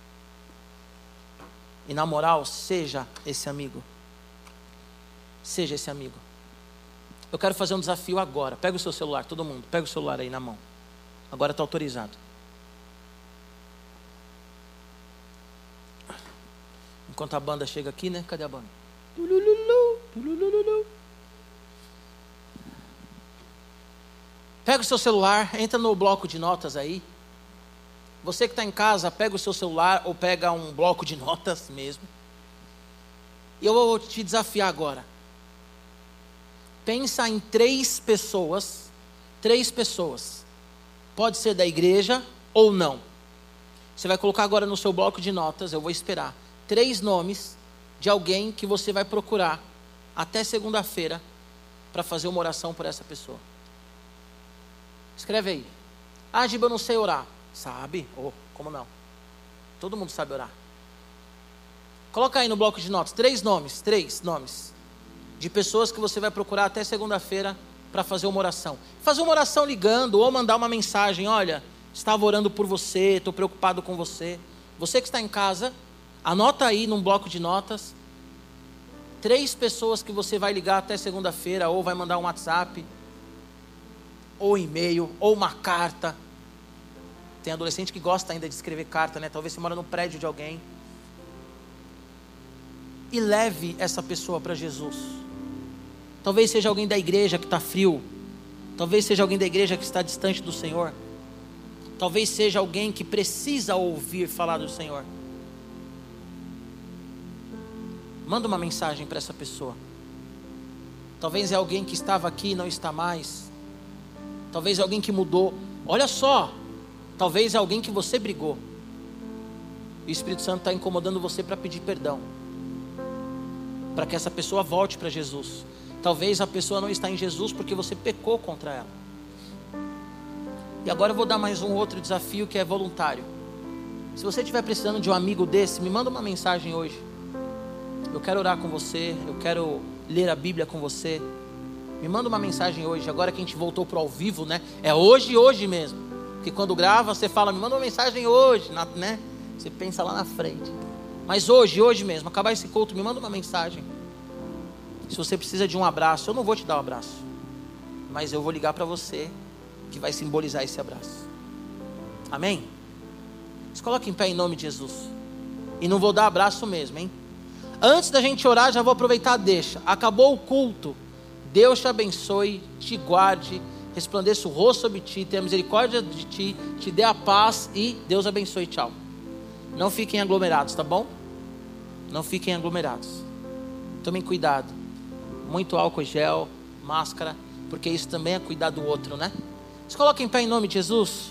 E na moral, seja esse amigo. Seja esse amigo. Eu quero fazer um desafio agora. Pega o seu celular, todo mundo, pega o celular aí na mão. Agora está autorizado. Enquanto a banda chega aqui, né? Cadê a banda? Pega o seu celular, entra no bloco de notas aí. Você que está em casa, pega o seu celular ou pega um bloco de notas mesmo. E eu vou te desafiar agora. Pensa em três pessoas. Três pessoas. Pode ser da igreja ou não. Você vai colocar agora no seu bloco de notas, eu vou esperar. Três nomes de alguém que você vai procurar até segunda-feira para fazer uma oração por essa pessoa. Escreve aí. Ah, Giba, eu não sei orar. Sabe? Oh, como não? Todo mundo sabe orar. Coloca aí no bloco de notas três nomes, três nomes de pessoas que você vai procurar até segunda-feira para fazer uma oração. Fazer uma oração ligando ou mandar uma mensagem: olha, estava orando por você, estou preocupado com você. Você que está em casa, anota aí num bloco de notas três pessoas que você vai ligar até segunda-feira, ou vai mandar um WhatsApp, ou e-mail, ou uma carta. Tem adolescente que gosta ainda de escrever carta, né? Talvez você mora no prédio de alguém. E leve essa pessoa para Jesus. Talvez seja alguém da igreja que está frio. Talvez seja alguém da igreja que está distante do Senhor. Talvez seja alguém que precisa ouvir falar do Senhor. Manda uma mensagem para essa pessoa. Talvez é alguém que estava aqui e não está mais. Talvez é alguém que mudou. Olha só. Talvez é alguém que você brigou. E o Espírito Santo está incomodando você para pedir perdão, para que essa pessoa volte para Jesus. Talvez a pessoa não está em Jesus porque você pecou contra ela. E agora eu vou dar mais um outro desafio que é voluntário. Se você estiver precisando de um amigo desse, me manda uma mensagem hoje. Eu quero orar com você, eu quero ler a Bíblia com você. Me manda uma mensagem hoje, agora que a gente voltou para o ao vivo, né? É hoje, hoje mesmo. Porque quando grava, você fala: me manda uma mensagem hoje, né? Você pensa lá na frente. Mas hoje, hoje mesmo, acabar esse culto, me manda uma mensagem. Se você precisa de um abraço, eu não vou te dar um abraço, mas eu vou ligar para você, que vai simbolizar esse abraço. Amém? Se coloque em pé em nome de Jesus. E não vou dar abraço mesmo, hein? Antes da gente orar, já vou aproveitar a deixa. Acabou o culto. Deus te abençoe, te guarde, resplandeça o rosto sobre ti, tenha misericórdia de ti, te dê a paz e Deus abençoe. Tchau. Não fiquem aglomerados, tá bom? Não fiquem aglomerados. Tomem cuidado. Muito álcool gel, máscara, porque isso também é cuidar do outro, né? Se coloquem em pé em nome de Jesus.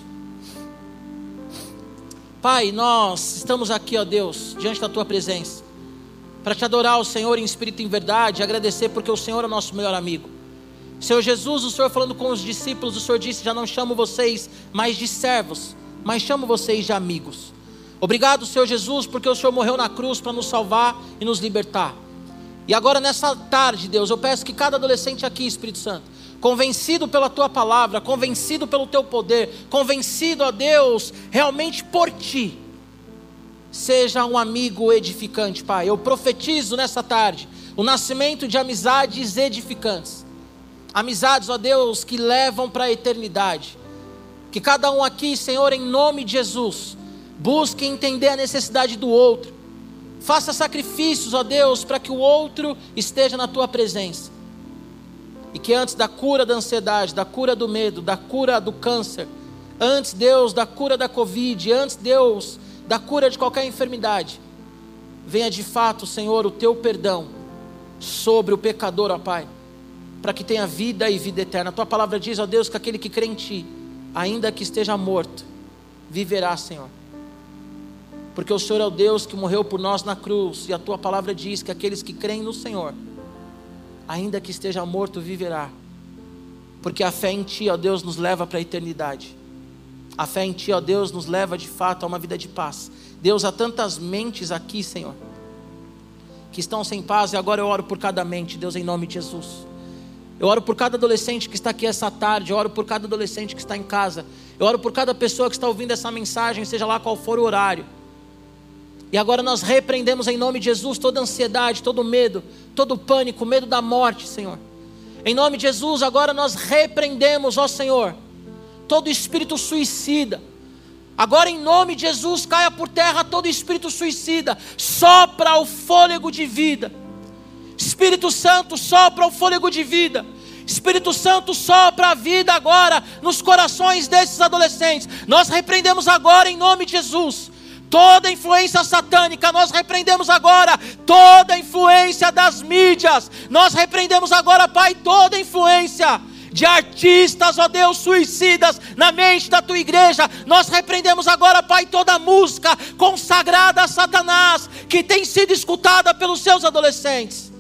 Pai, nós estamos aqui, ó Deus, diante da tua presença, para te adorar, o Senhor, em espírito e em verdade, agradecer porque o Senhor é o nosso melhor amigo. Senhor Jesus, o Senhor falando com os discípulos, o Senhor disse: já não chamo vocês mais de servos, mas chamo vocês de amigos. Obrigado, Senhor Jesus, porque o Senhor morreu na cruz para nos salvar e nos libertar. E agora nessa tarde, Deus, eu peço que cada adolescente aqui, Espírito Santo, convencido pela tua palavra, convencido pelo teu poder, convencido, ó Deus, realmente por ti, seja um amigo edificante, Pai. Eu profetizo nessa tarde o nascimento de amizades edificantes. Amizades, ó Deus, que levam para a eternidade. Que cada um aqui, Senhor, em nome de Jesus, busque entender a necessidade do outro. Faça sacrifícios, ó Deus, para que o outro esteja na tua presença. E que antes da cura da ansiedade, da cura do medo, da cura do câncer, antes, Deus, da cura da Covid, antes, Deus, da cura de qualquer enfermidade, venha de fato, Senhor, o teu perdão sobre o pecador, ó Pai, para que tenha vida e vida eterna. A tua palavra diz, ó Deus, que aquele que crê em ti, ainda que esteja morto, viverá, Senhor. Porque o Senhor é o Deus que morreu por nós na cruz, e a tua palavra diz que aqueles que creem no Senhor, ainda que esteja morto, viverá. Porque a fé em ti, ó Deus, nos leva para a eternidade. A fé em ti, ó Deus, nos leva de fato a uma vida de paz. Deus, há tantas mentes aqui, Senhor, que estão sem paz, e agora eu oro por cada mente, Deus, em nome de Jesus. Eu oro por cada adolescente que está aqui essa tarde, eu oro por cada adolescente que está em casa, eu oro por cada pessoa que está ouvindo essa mensagem, seja lá qual for o horário. E agora nós repreendemos em nome de Jesus toda ansiedade, todo medo, todo pânico, medo da morte, Senhor. Em nome de Jesus, agora nós repreendemos, ó Senhor, todo espírito suicida. Agora em nome de Jesus, caia por terra todo espírito suicida. Sopra o fôlego de vida. Espírito Santo, sopra o fôlego de vida. Espírito Santo, sopra a vida agora nos corações desses adolescentes. Nós repreendemos agora em nome de Jesus toda influência satânica. Nós repreendemos agora toda influência das mídias. Nós repreendemos agora, Pai, toda influência de artistas, ó Deus, suicidas na mente da tua igreja. Nós repreendemos agora, Pai, toda música consagrada a Satanás, que tem sido escutada pelos seus adolescentes.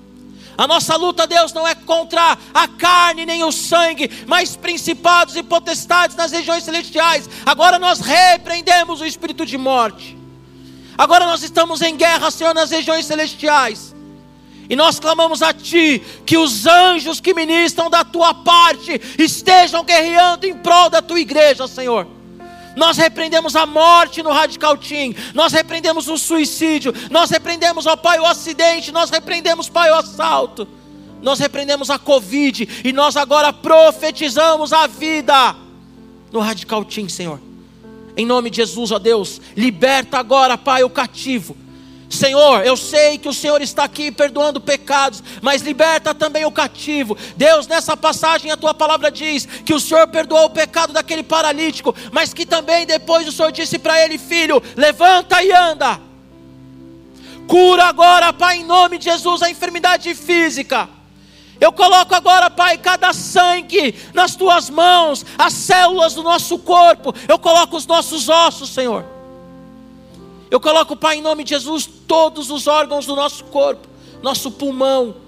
A nossa luta, Deus, não é contra a carne nem o sangue, mas principados e potestades nas regiões celestiais. Agora nós repreendemos o espírito de morte. Agora nós estamos em guerra, Senhor, nas regiões celestiais. E nós clamamos a Ti, que os anjos que ministram da Tua parte estejam guerreando em prol da Tua igreja, Senhor. Nós repreendemos a morte no Radical Team, nós repreendemos o suicídio, nós repreendemos, ó Pai, o acidente, nós repreendemos, Pai, o assalto, nós repreendemos a Covid, e nós agora profetizamos a vida no Radical Team, Senhor. Em nome de Jesus, ó Deus, liberta agora, Pai, o cativo. Senhor, eu sei que o Senhor está aqui perdoando pecados, mas liberta também o cativo. Deus, nessa passagem a tua palavra diz que o Senhor perdoou o pecado daquele paralítico, mas que também depois o Senhor disse para ele: filho, levanta e anda. Cura agora, Pai, em nome de Jesus, a enfermidade física. Eu coloco agora, Pai, cada sangue nas tuas mãos, as células do nosso corpo, eu coloco os nossos ossos, Senhor. Eu coloco, Pai, em nome de Jesus, todos os órgãos do nosso corpo, nosso pulmão.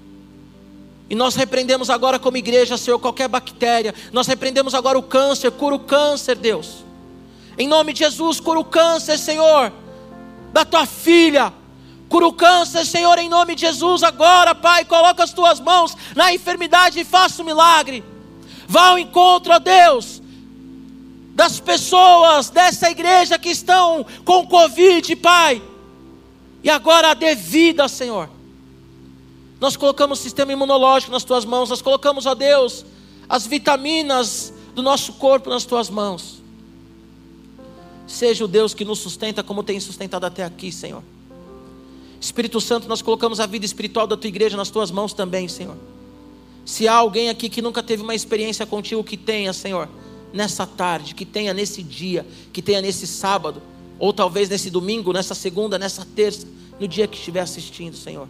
E nós repreendemos agora como igreja, Senhor, qualquer bactéria. Nós repreendemos agora o câncer, cura o câncer, Deus. Em nome de Jesus, cura o câncer, Senhor, da tua filha. Cura o câncer, Senhor, em nome de Jesus. Agora, Pai, coloca as tuas mãos na enfermidade e faça um milagre. Vá ao encontro, ó Deus, das pessoas dessa igreja que estão com Covid, Pai. E agora dê vida, Senhor. Nós colocamos o sistema imunológico nas tuas mãos. Nós colocamos, ó Deus, as vitaminas do nosso corpo nas tuas mãos. Seja o Deus que nos sustenta como tem sustentado até aqui, Senhor. Espírito Santo, nós colocamos a vida espiritual da tua igreja nas tuas mãos também, Senhor. Se há alguém aqui que nunca teve uma experiência contigo, que tenha, Senhor, nessa tarde, que tenha nesse dia, que tenha nesse sábado, ou talvez nesse domingo, nessa segunda, nessa terça, no dia que estiver assistindo, Senhor.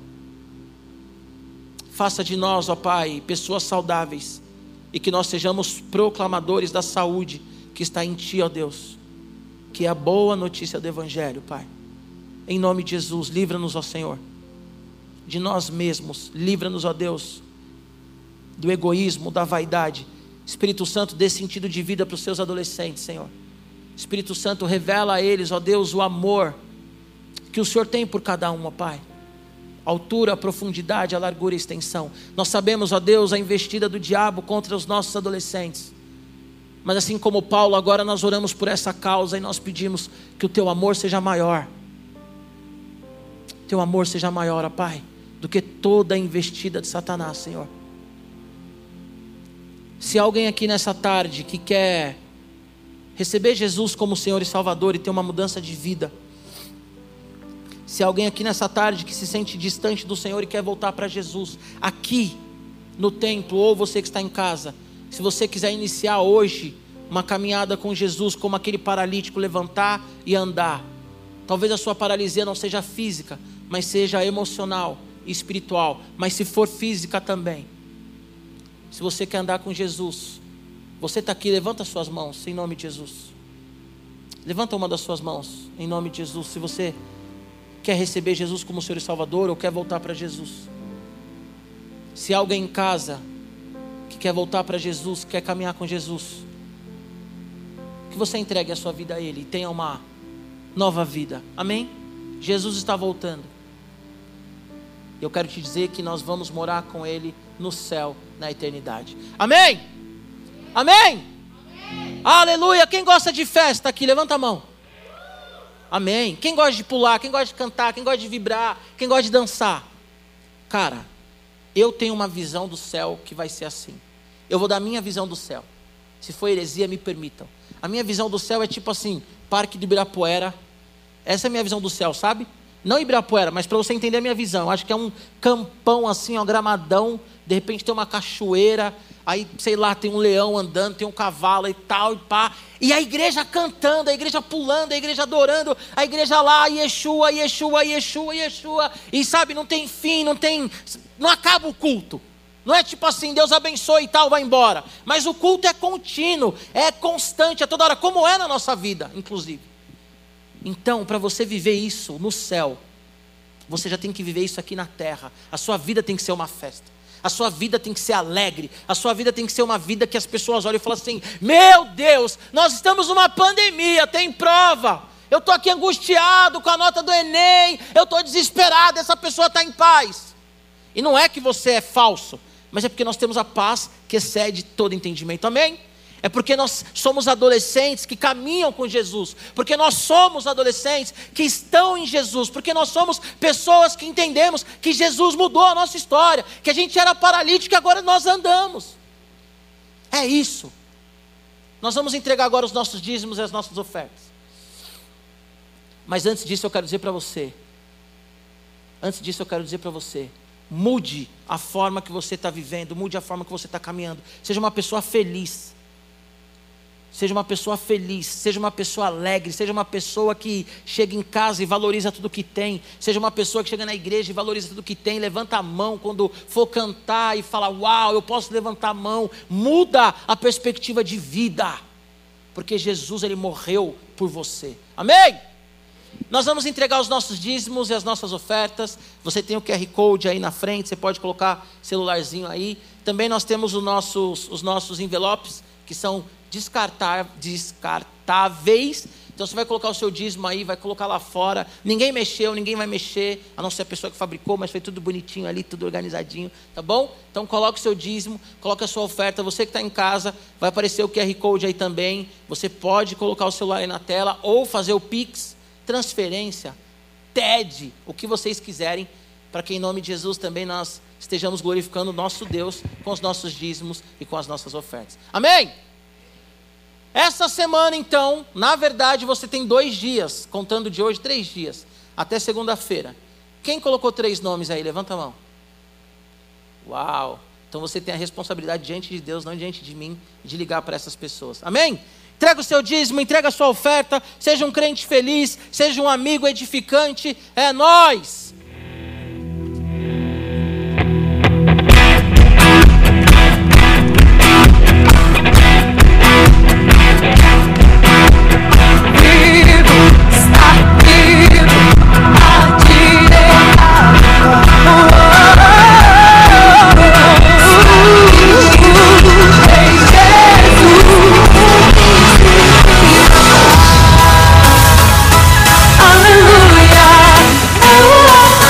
Faça de nós, ó Pai, pessoas saudáveis, e que nós sejamos proclamadores da saúde que está em Ti, ó Deus, que é a boa notícia do Evangelho, Pai. Em nome de Jesus, livra-nos, ó Senhor, de nós mesmos, livra-nos, ó Deus, do egoísmo, da vaidade. Espírito Santo, dê sentido de vida para os seus adolescentes, Senhor. Espírito Santo, revela a eles, ó Deus, o amor que o Senhor tem por cada um, ó Pai. A altura, a profundidade, a largura e a extensão. Nós sabemos, ó Deus, a investida do diabo contra os nossos adolescentes. Mas assim como Paulo, agora nós oramos por essa causa e nós pedimos que o Teu amor seja maior. Teu amor seja maior, ó Pai, do que toda a investida de Satanás, Senhor. Se há alguém aqui nessa tarde que quer receber Jesus como Senhor e Salvador e ter uma mudança de vida, se há alguém aqui nessa tarde que se sente distante do Senhor e quer voltar para Jesus, aqui no templo, ou você que está em casa, se você quiser iniciar hoje uma caminhada com Jesus, como aquele paralítico, levantar e andar, talvez a sua paralisia não seja física, mas seja emocional, e espiritual, mas se for física também. Se você quer andar com Jesus, você está aqui, levanta suas mãos em nome de Jesus. Levanta uma das suas mãos em nome de Jesus. Se você quer receber Jesus como Senhor e Salvador ou quer voltar para Jesus. Se há alguém em casa que quer voltar para Jesus, quer caminhar com Jesus, que você entregue a sua vida a Ele e tenha uma nova vida. Amém? Jesus está voltando. Eu quero te dizer que nós vamos morar com Ele no céu, na eternidade. Amém? Amém? Amém? Aleluia. Quem gosta de festa aqui, levanta a mão. Amém. Quem gosta de pular, quem gosta de cantar, quem gosta de vibrar, quem gosta de dançar. Cara, eu tenho uma visão do céu que vai ser assim. Eu vou dar a minha visão do céu. Se for heresia, me permitam. A minha visão do céu é tipo assim, Parque do Ibirapuera. Essa é a minha visão do céu, sabe? Não Ibirapuera, mas para você entender a minha visão. Eu acho que é um campão assim, ó, gramadão. De repente tem uma cachoeira. Aí, sei lá, tem um leão andando, tem um cavalo e tal, e pá. E a igreja cantando, a igreja pulando, a igreja adorando, a igreja lá, Yeshua, Yeshua, Yeshua, Yeshua. E sabe, não tem fim, não tem... Não acaba o culto. Não é tipo assim, Deus abençoe e tal, vai embora. Mas o culto é contínuo, é constante, é toda hora, como é na nossa vida, inclusive. Então, para você viver isso no céu, você já tem que viver isso aqui na terra. A sua vida tem que ser uma festa. A sua vida tem que ser alegre. A sua vida tem que ser uma vida que as pessoas olham e falam assim: meu Deus, nós estamos numa pandemia, tem prova. Eu estou aqui angustiado com a nota do Enem. Eu estou desesperado, essa pessoa está em paz. E não é que você é falso, mas é porque nós temos a paz que excede todo entendimento. Amém? É porque nós somos adolescentes que caminham com Jesus. Porque nós somos adolescentes que estão em Jesus. Porque nós somos pessoas que entendemos que Jesus mudou a nossa história. Que a gente era paralítico e agora nós andamos. É isso. Nós vamos entregar agora os nossos dízimos e as nossas ofertas. Mas antes disso eu quero dizer para você. Antes disso eu quero dizer para você. Mude a forma que você está vivendo. Mude a forma que você está caminhando. Seja uma pessoa feliz. Seja uma pessoa feliz, seja uma pessoa alegre, seja uma pessoa que chega em casa e valoriza tudo que tem. Seja uma pessoa que chega na igreja e valoriza tudo que tem. Levanta a mão quando for cantar e fala: uau, eu posso levantar a mão. Muda a perspectiva de vida. Porque Jesus, Ele morreu por você. Amém? Nós vamos entregar os nossos dízimos e as nossas ofertas. Você tem o Q R Code aí na frente, você pode colocar celularzinho aí. Também nós temos os nossos, os nossos envelopes, que são Descartar, descartáveis. Então você vai colocar o seu dízimo aí, vai colocar lá fora. Ninguém mexeu, ninguém vai mexer, a não ser a pessoa que fabricou, mas foi tudo bonitinho ali, tudo organizadinho, tá bom? Então coloque o seu dízimo, coloque a sua oferta. Você que está em casa, vai aparecer o Q R Code aí também. Você pode colocar o celular aí na tela ou fazer o Pix, transferência, T E D, o que vocês quiserem, para que em nome de Jesus também nós estejamos glorificando o nosso Deus com os nossos dízimos e com as nossas ofertas. Amém? Essa semana então, na verdade você tem dois dias, contando de hoje, três dias, até segunda-feira. Quem colocou três nomes aí? Levanta a mão. Uau! Então você tem a responsabilidade diante de Deus, não diante de mim, de ligar para essas pessoas. Amém? Entrega o seu dízimo, entrega a sua oferta, seja um crente feliz, seja um amigo edificante, é nóis! Aleluia.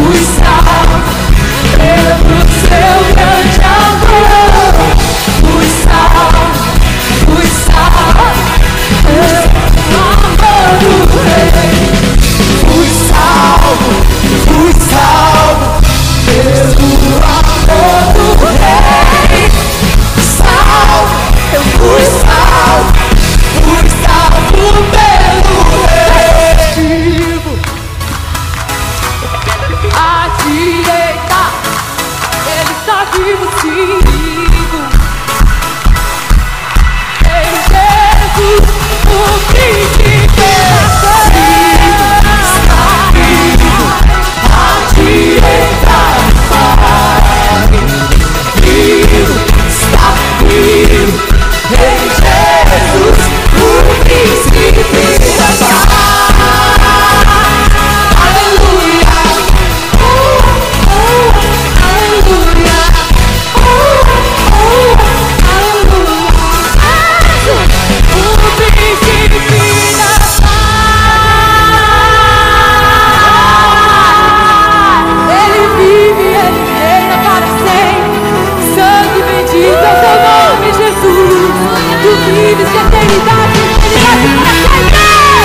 fui salvo pelo seu grande amor. Fui salvo, fui salvo pelo amor do Rei. Fui salvo, fui salvo pelo amor do Rei. Salvo, eu fui salvo, fui salvo pelo Rei. Vivo à direita, Ele está vivo, sim, vivo. Em Jesus, o príncipe está vivo à direita do Pai. Vivo, está vivo. Em Jesus, o príncipe da paz. Aleluia. Oh, oh, aleluia. Oh, oh, aleluia. O príncipe da paz. Ele vive, ele reina para sempre. Sangue bendito é o teu nome, Jesus. Tu vives de eternidade, eternidade para sempre.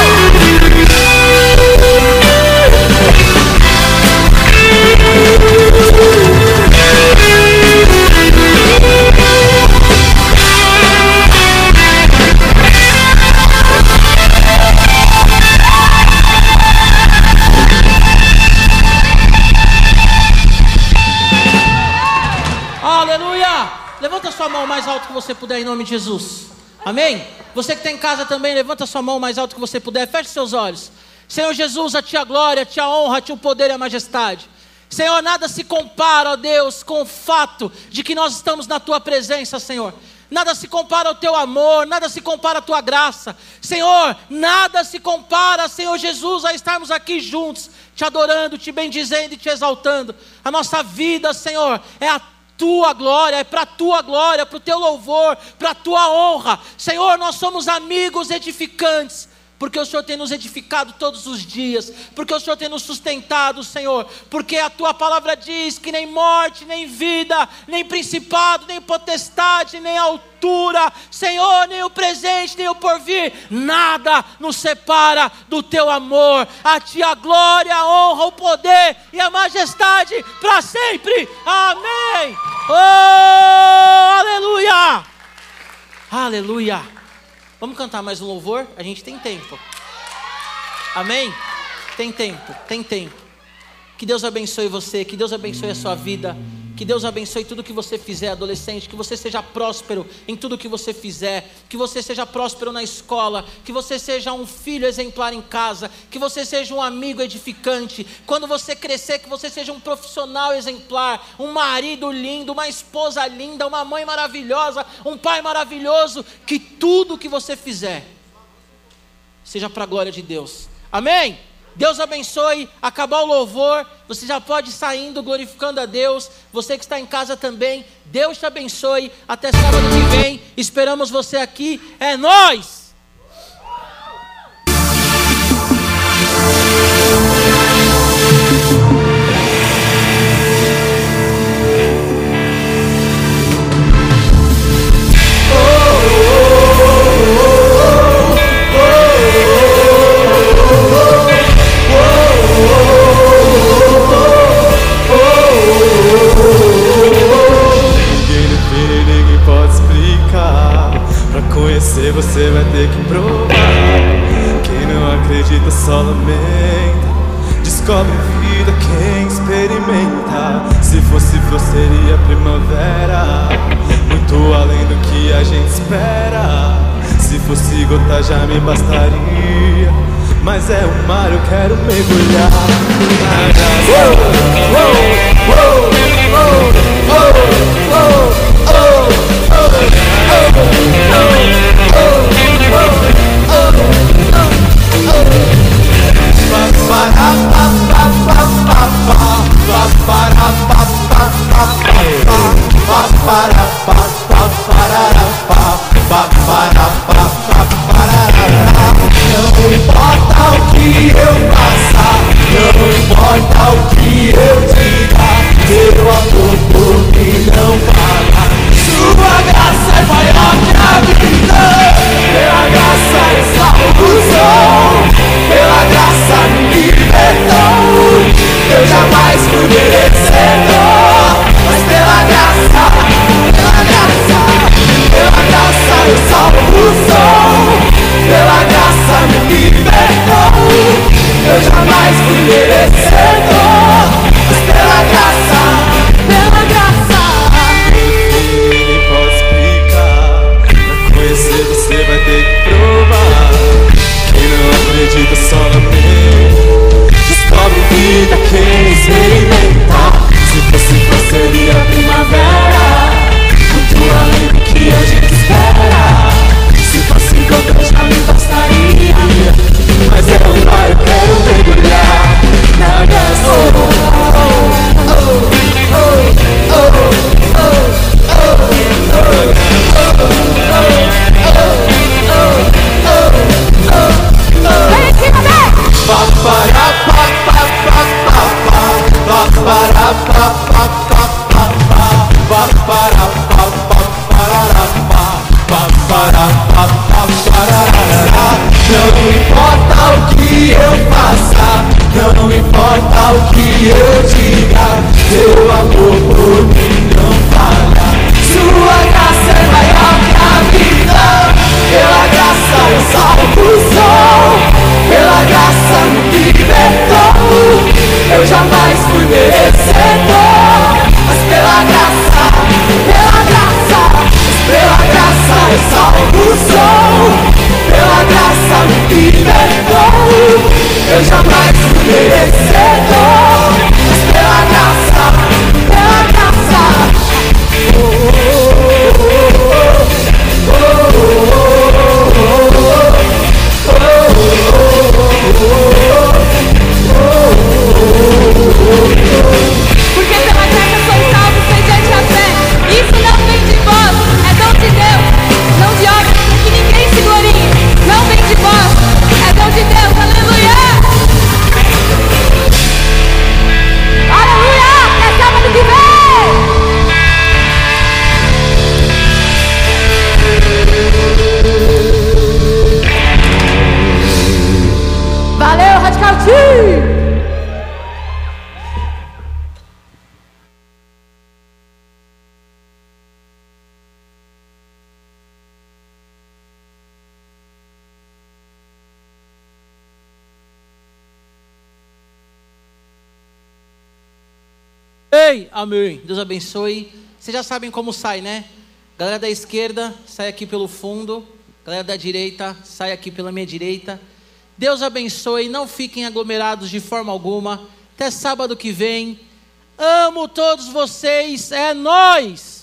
Aleluia! Levanta sua mão mais alto que você puder em nome de Jesus. Amém? Você que está em casa também, levanta sua mão mais alto que você puder. Feche seus olhos. Senhor Jesus, a Ti a glória, a Ti a honra, a Ti o poder e a majestade. Senhor, nada se compara, ó Deus, com o fato de que nós estamos na Tua presença, Senhor. Nada se compara ao Teu amor, nada se compara à Tua graça. Senhor, nada se compara, Senhor Jesus, a estarmos aqui juntos, Te adorando, Te bendizendo e Te exaltando. A nossa vida, Senhor, é a Tua glória, é para a Tua glória, para o Teu louvor, para a Tua honra. Senhor, nós somos amigos edificantes, porque o Senhor tem nos edificado todos os dias, porque o Senhor tem nos sustentado, Senhor, porque a Tua palavra diz que nem morte, nem vida, nem principado, nem potestade, nem altura, Senhor, nem o presente, nem o porvir, nada nos separa do Teu amor. A Ti a glória, a honra, o poder e a majestade para sempre. Amém. Oh, aleluia. Aleluia. Vamos cantar mais um louvor? A gente tem tempo. Amém? Tem tempo, tem tempo. Que Deus abençoe você, que Deus abençoe a sua vida, que Deus abençoe tudo que você fizer, adolescente, que você seja próspero em tudo que você fizer, que você seja próspero na escola, que você seja um filho exemplar em casa, que você seja um amigo edificante, quando você crescer, que você seja um profissional exemplar, um marido lindo, uma esposa linda, uma mãe maravilhosa, um pai maravilhoso, que tudo que você fizer seja para a glória de Deus. Amém? Deus abençoe. Acabar o louvor, você já pode ir saindo glorificando a Deus. Você que está em casa também, Deus te abençoe. Até sábado que vem, esperamos você aqui. É nóis! Você vai ter que provar. Quem não acredita só lamenta. Descobre vida quem experimenta. Se fosse flor seria primavera, muito além do que a gente espera. Se fosse gota já me bastaria, mas é o mar, eu quero mergulhar. Não importa o que eu passar, não importa o que eu Não importa o que eu faça, não importa o que eu diga, seu amor por mim não falha. Sua graça é maior que a vida, pela graça eu salvo sou, pela graça me libertou. Eu jamais fui merecedor, mas pela graça, pela graça, pela graça eu salvo sou, pela graça me libertou. Eu jamais fui merecedor, mas pela graça, pela graça. Oh, oh, oh, oh, oh, oh, Porque pela graça sois salvos mediante a fé. Isso não vem de vós, é dom de Deus, não de obras, para que ninguém se glorie. Não vem de vós, é dom de Deus, aleluia! Aleluia! É sábado que vem! Valeu, Radical Team! Ei, amém. Deus abençoe. Vocês já sabem como sai, né? Galera da esquerda, sai aqui pelo fundo. Galera da direita, sai aqui pela minha direita. Deus abençoe. Não fiquem aglomerados de forma alguma. Até sábado que vem. Amo todos vocês. É nóis!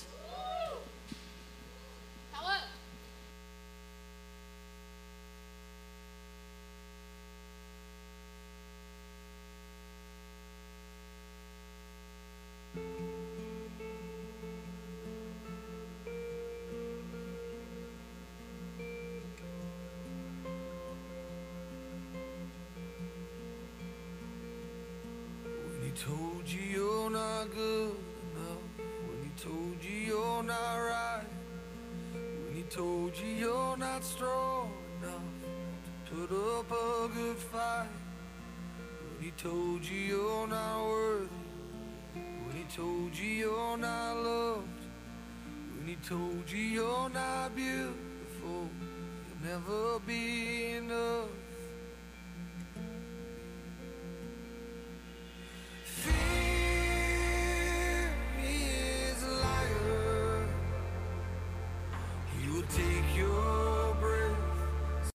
Told you you're not good enough, when he told you you're not right, when he told you you're not strong enough to put up a good fight, when he told you you're not worthy, when he told you you're not loved, when he told you you're not beautiful, you'll never be enough.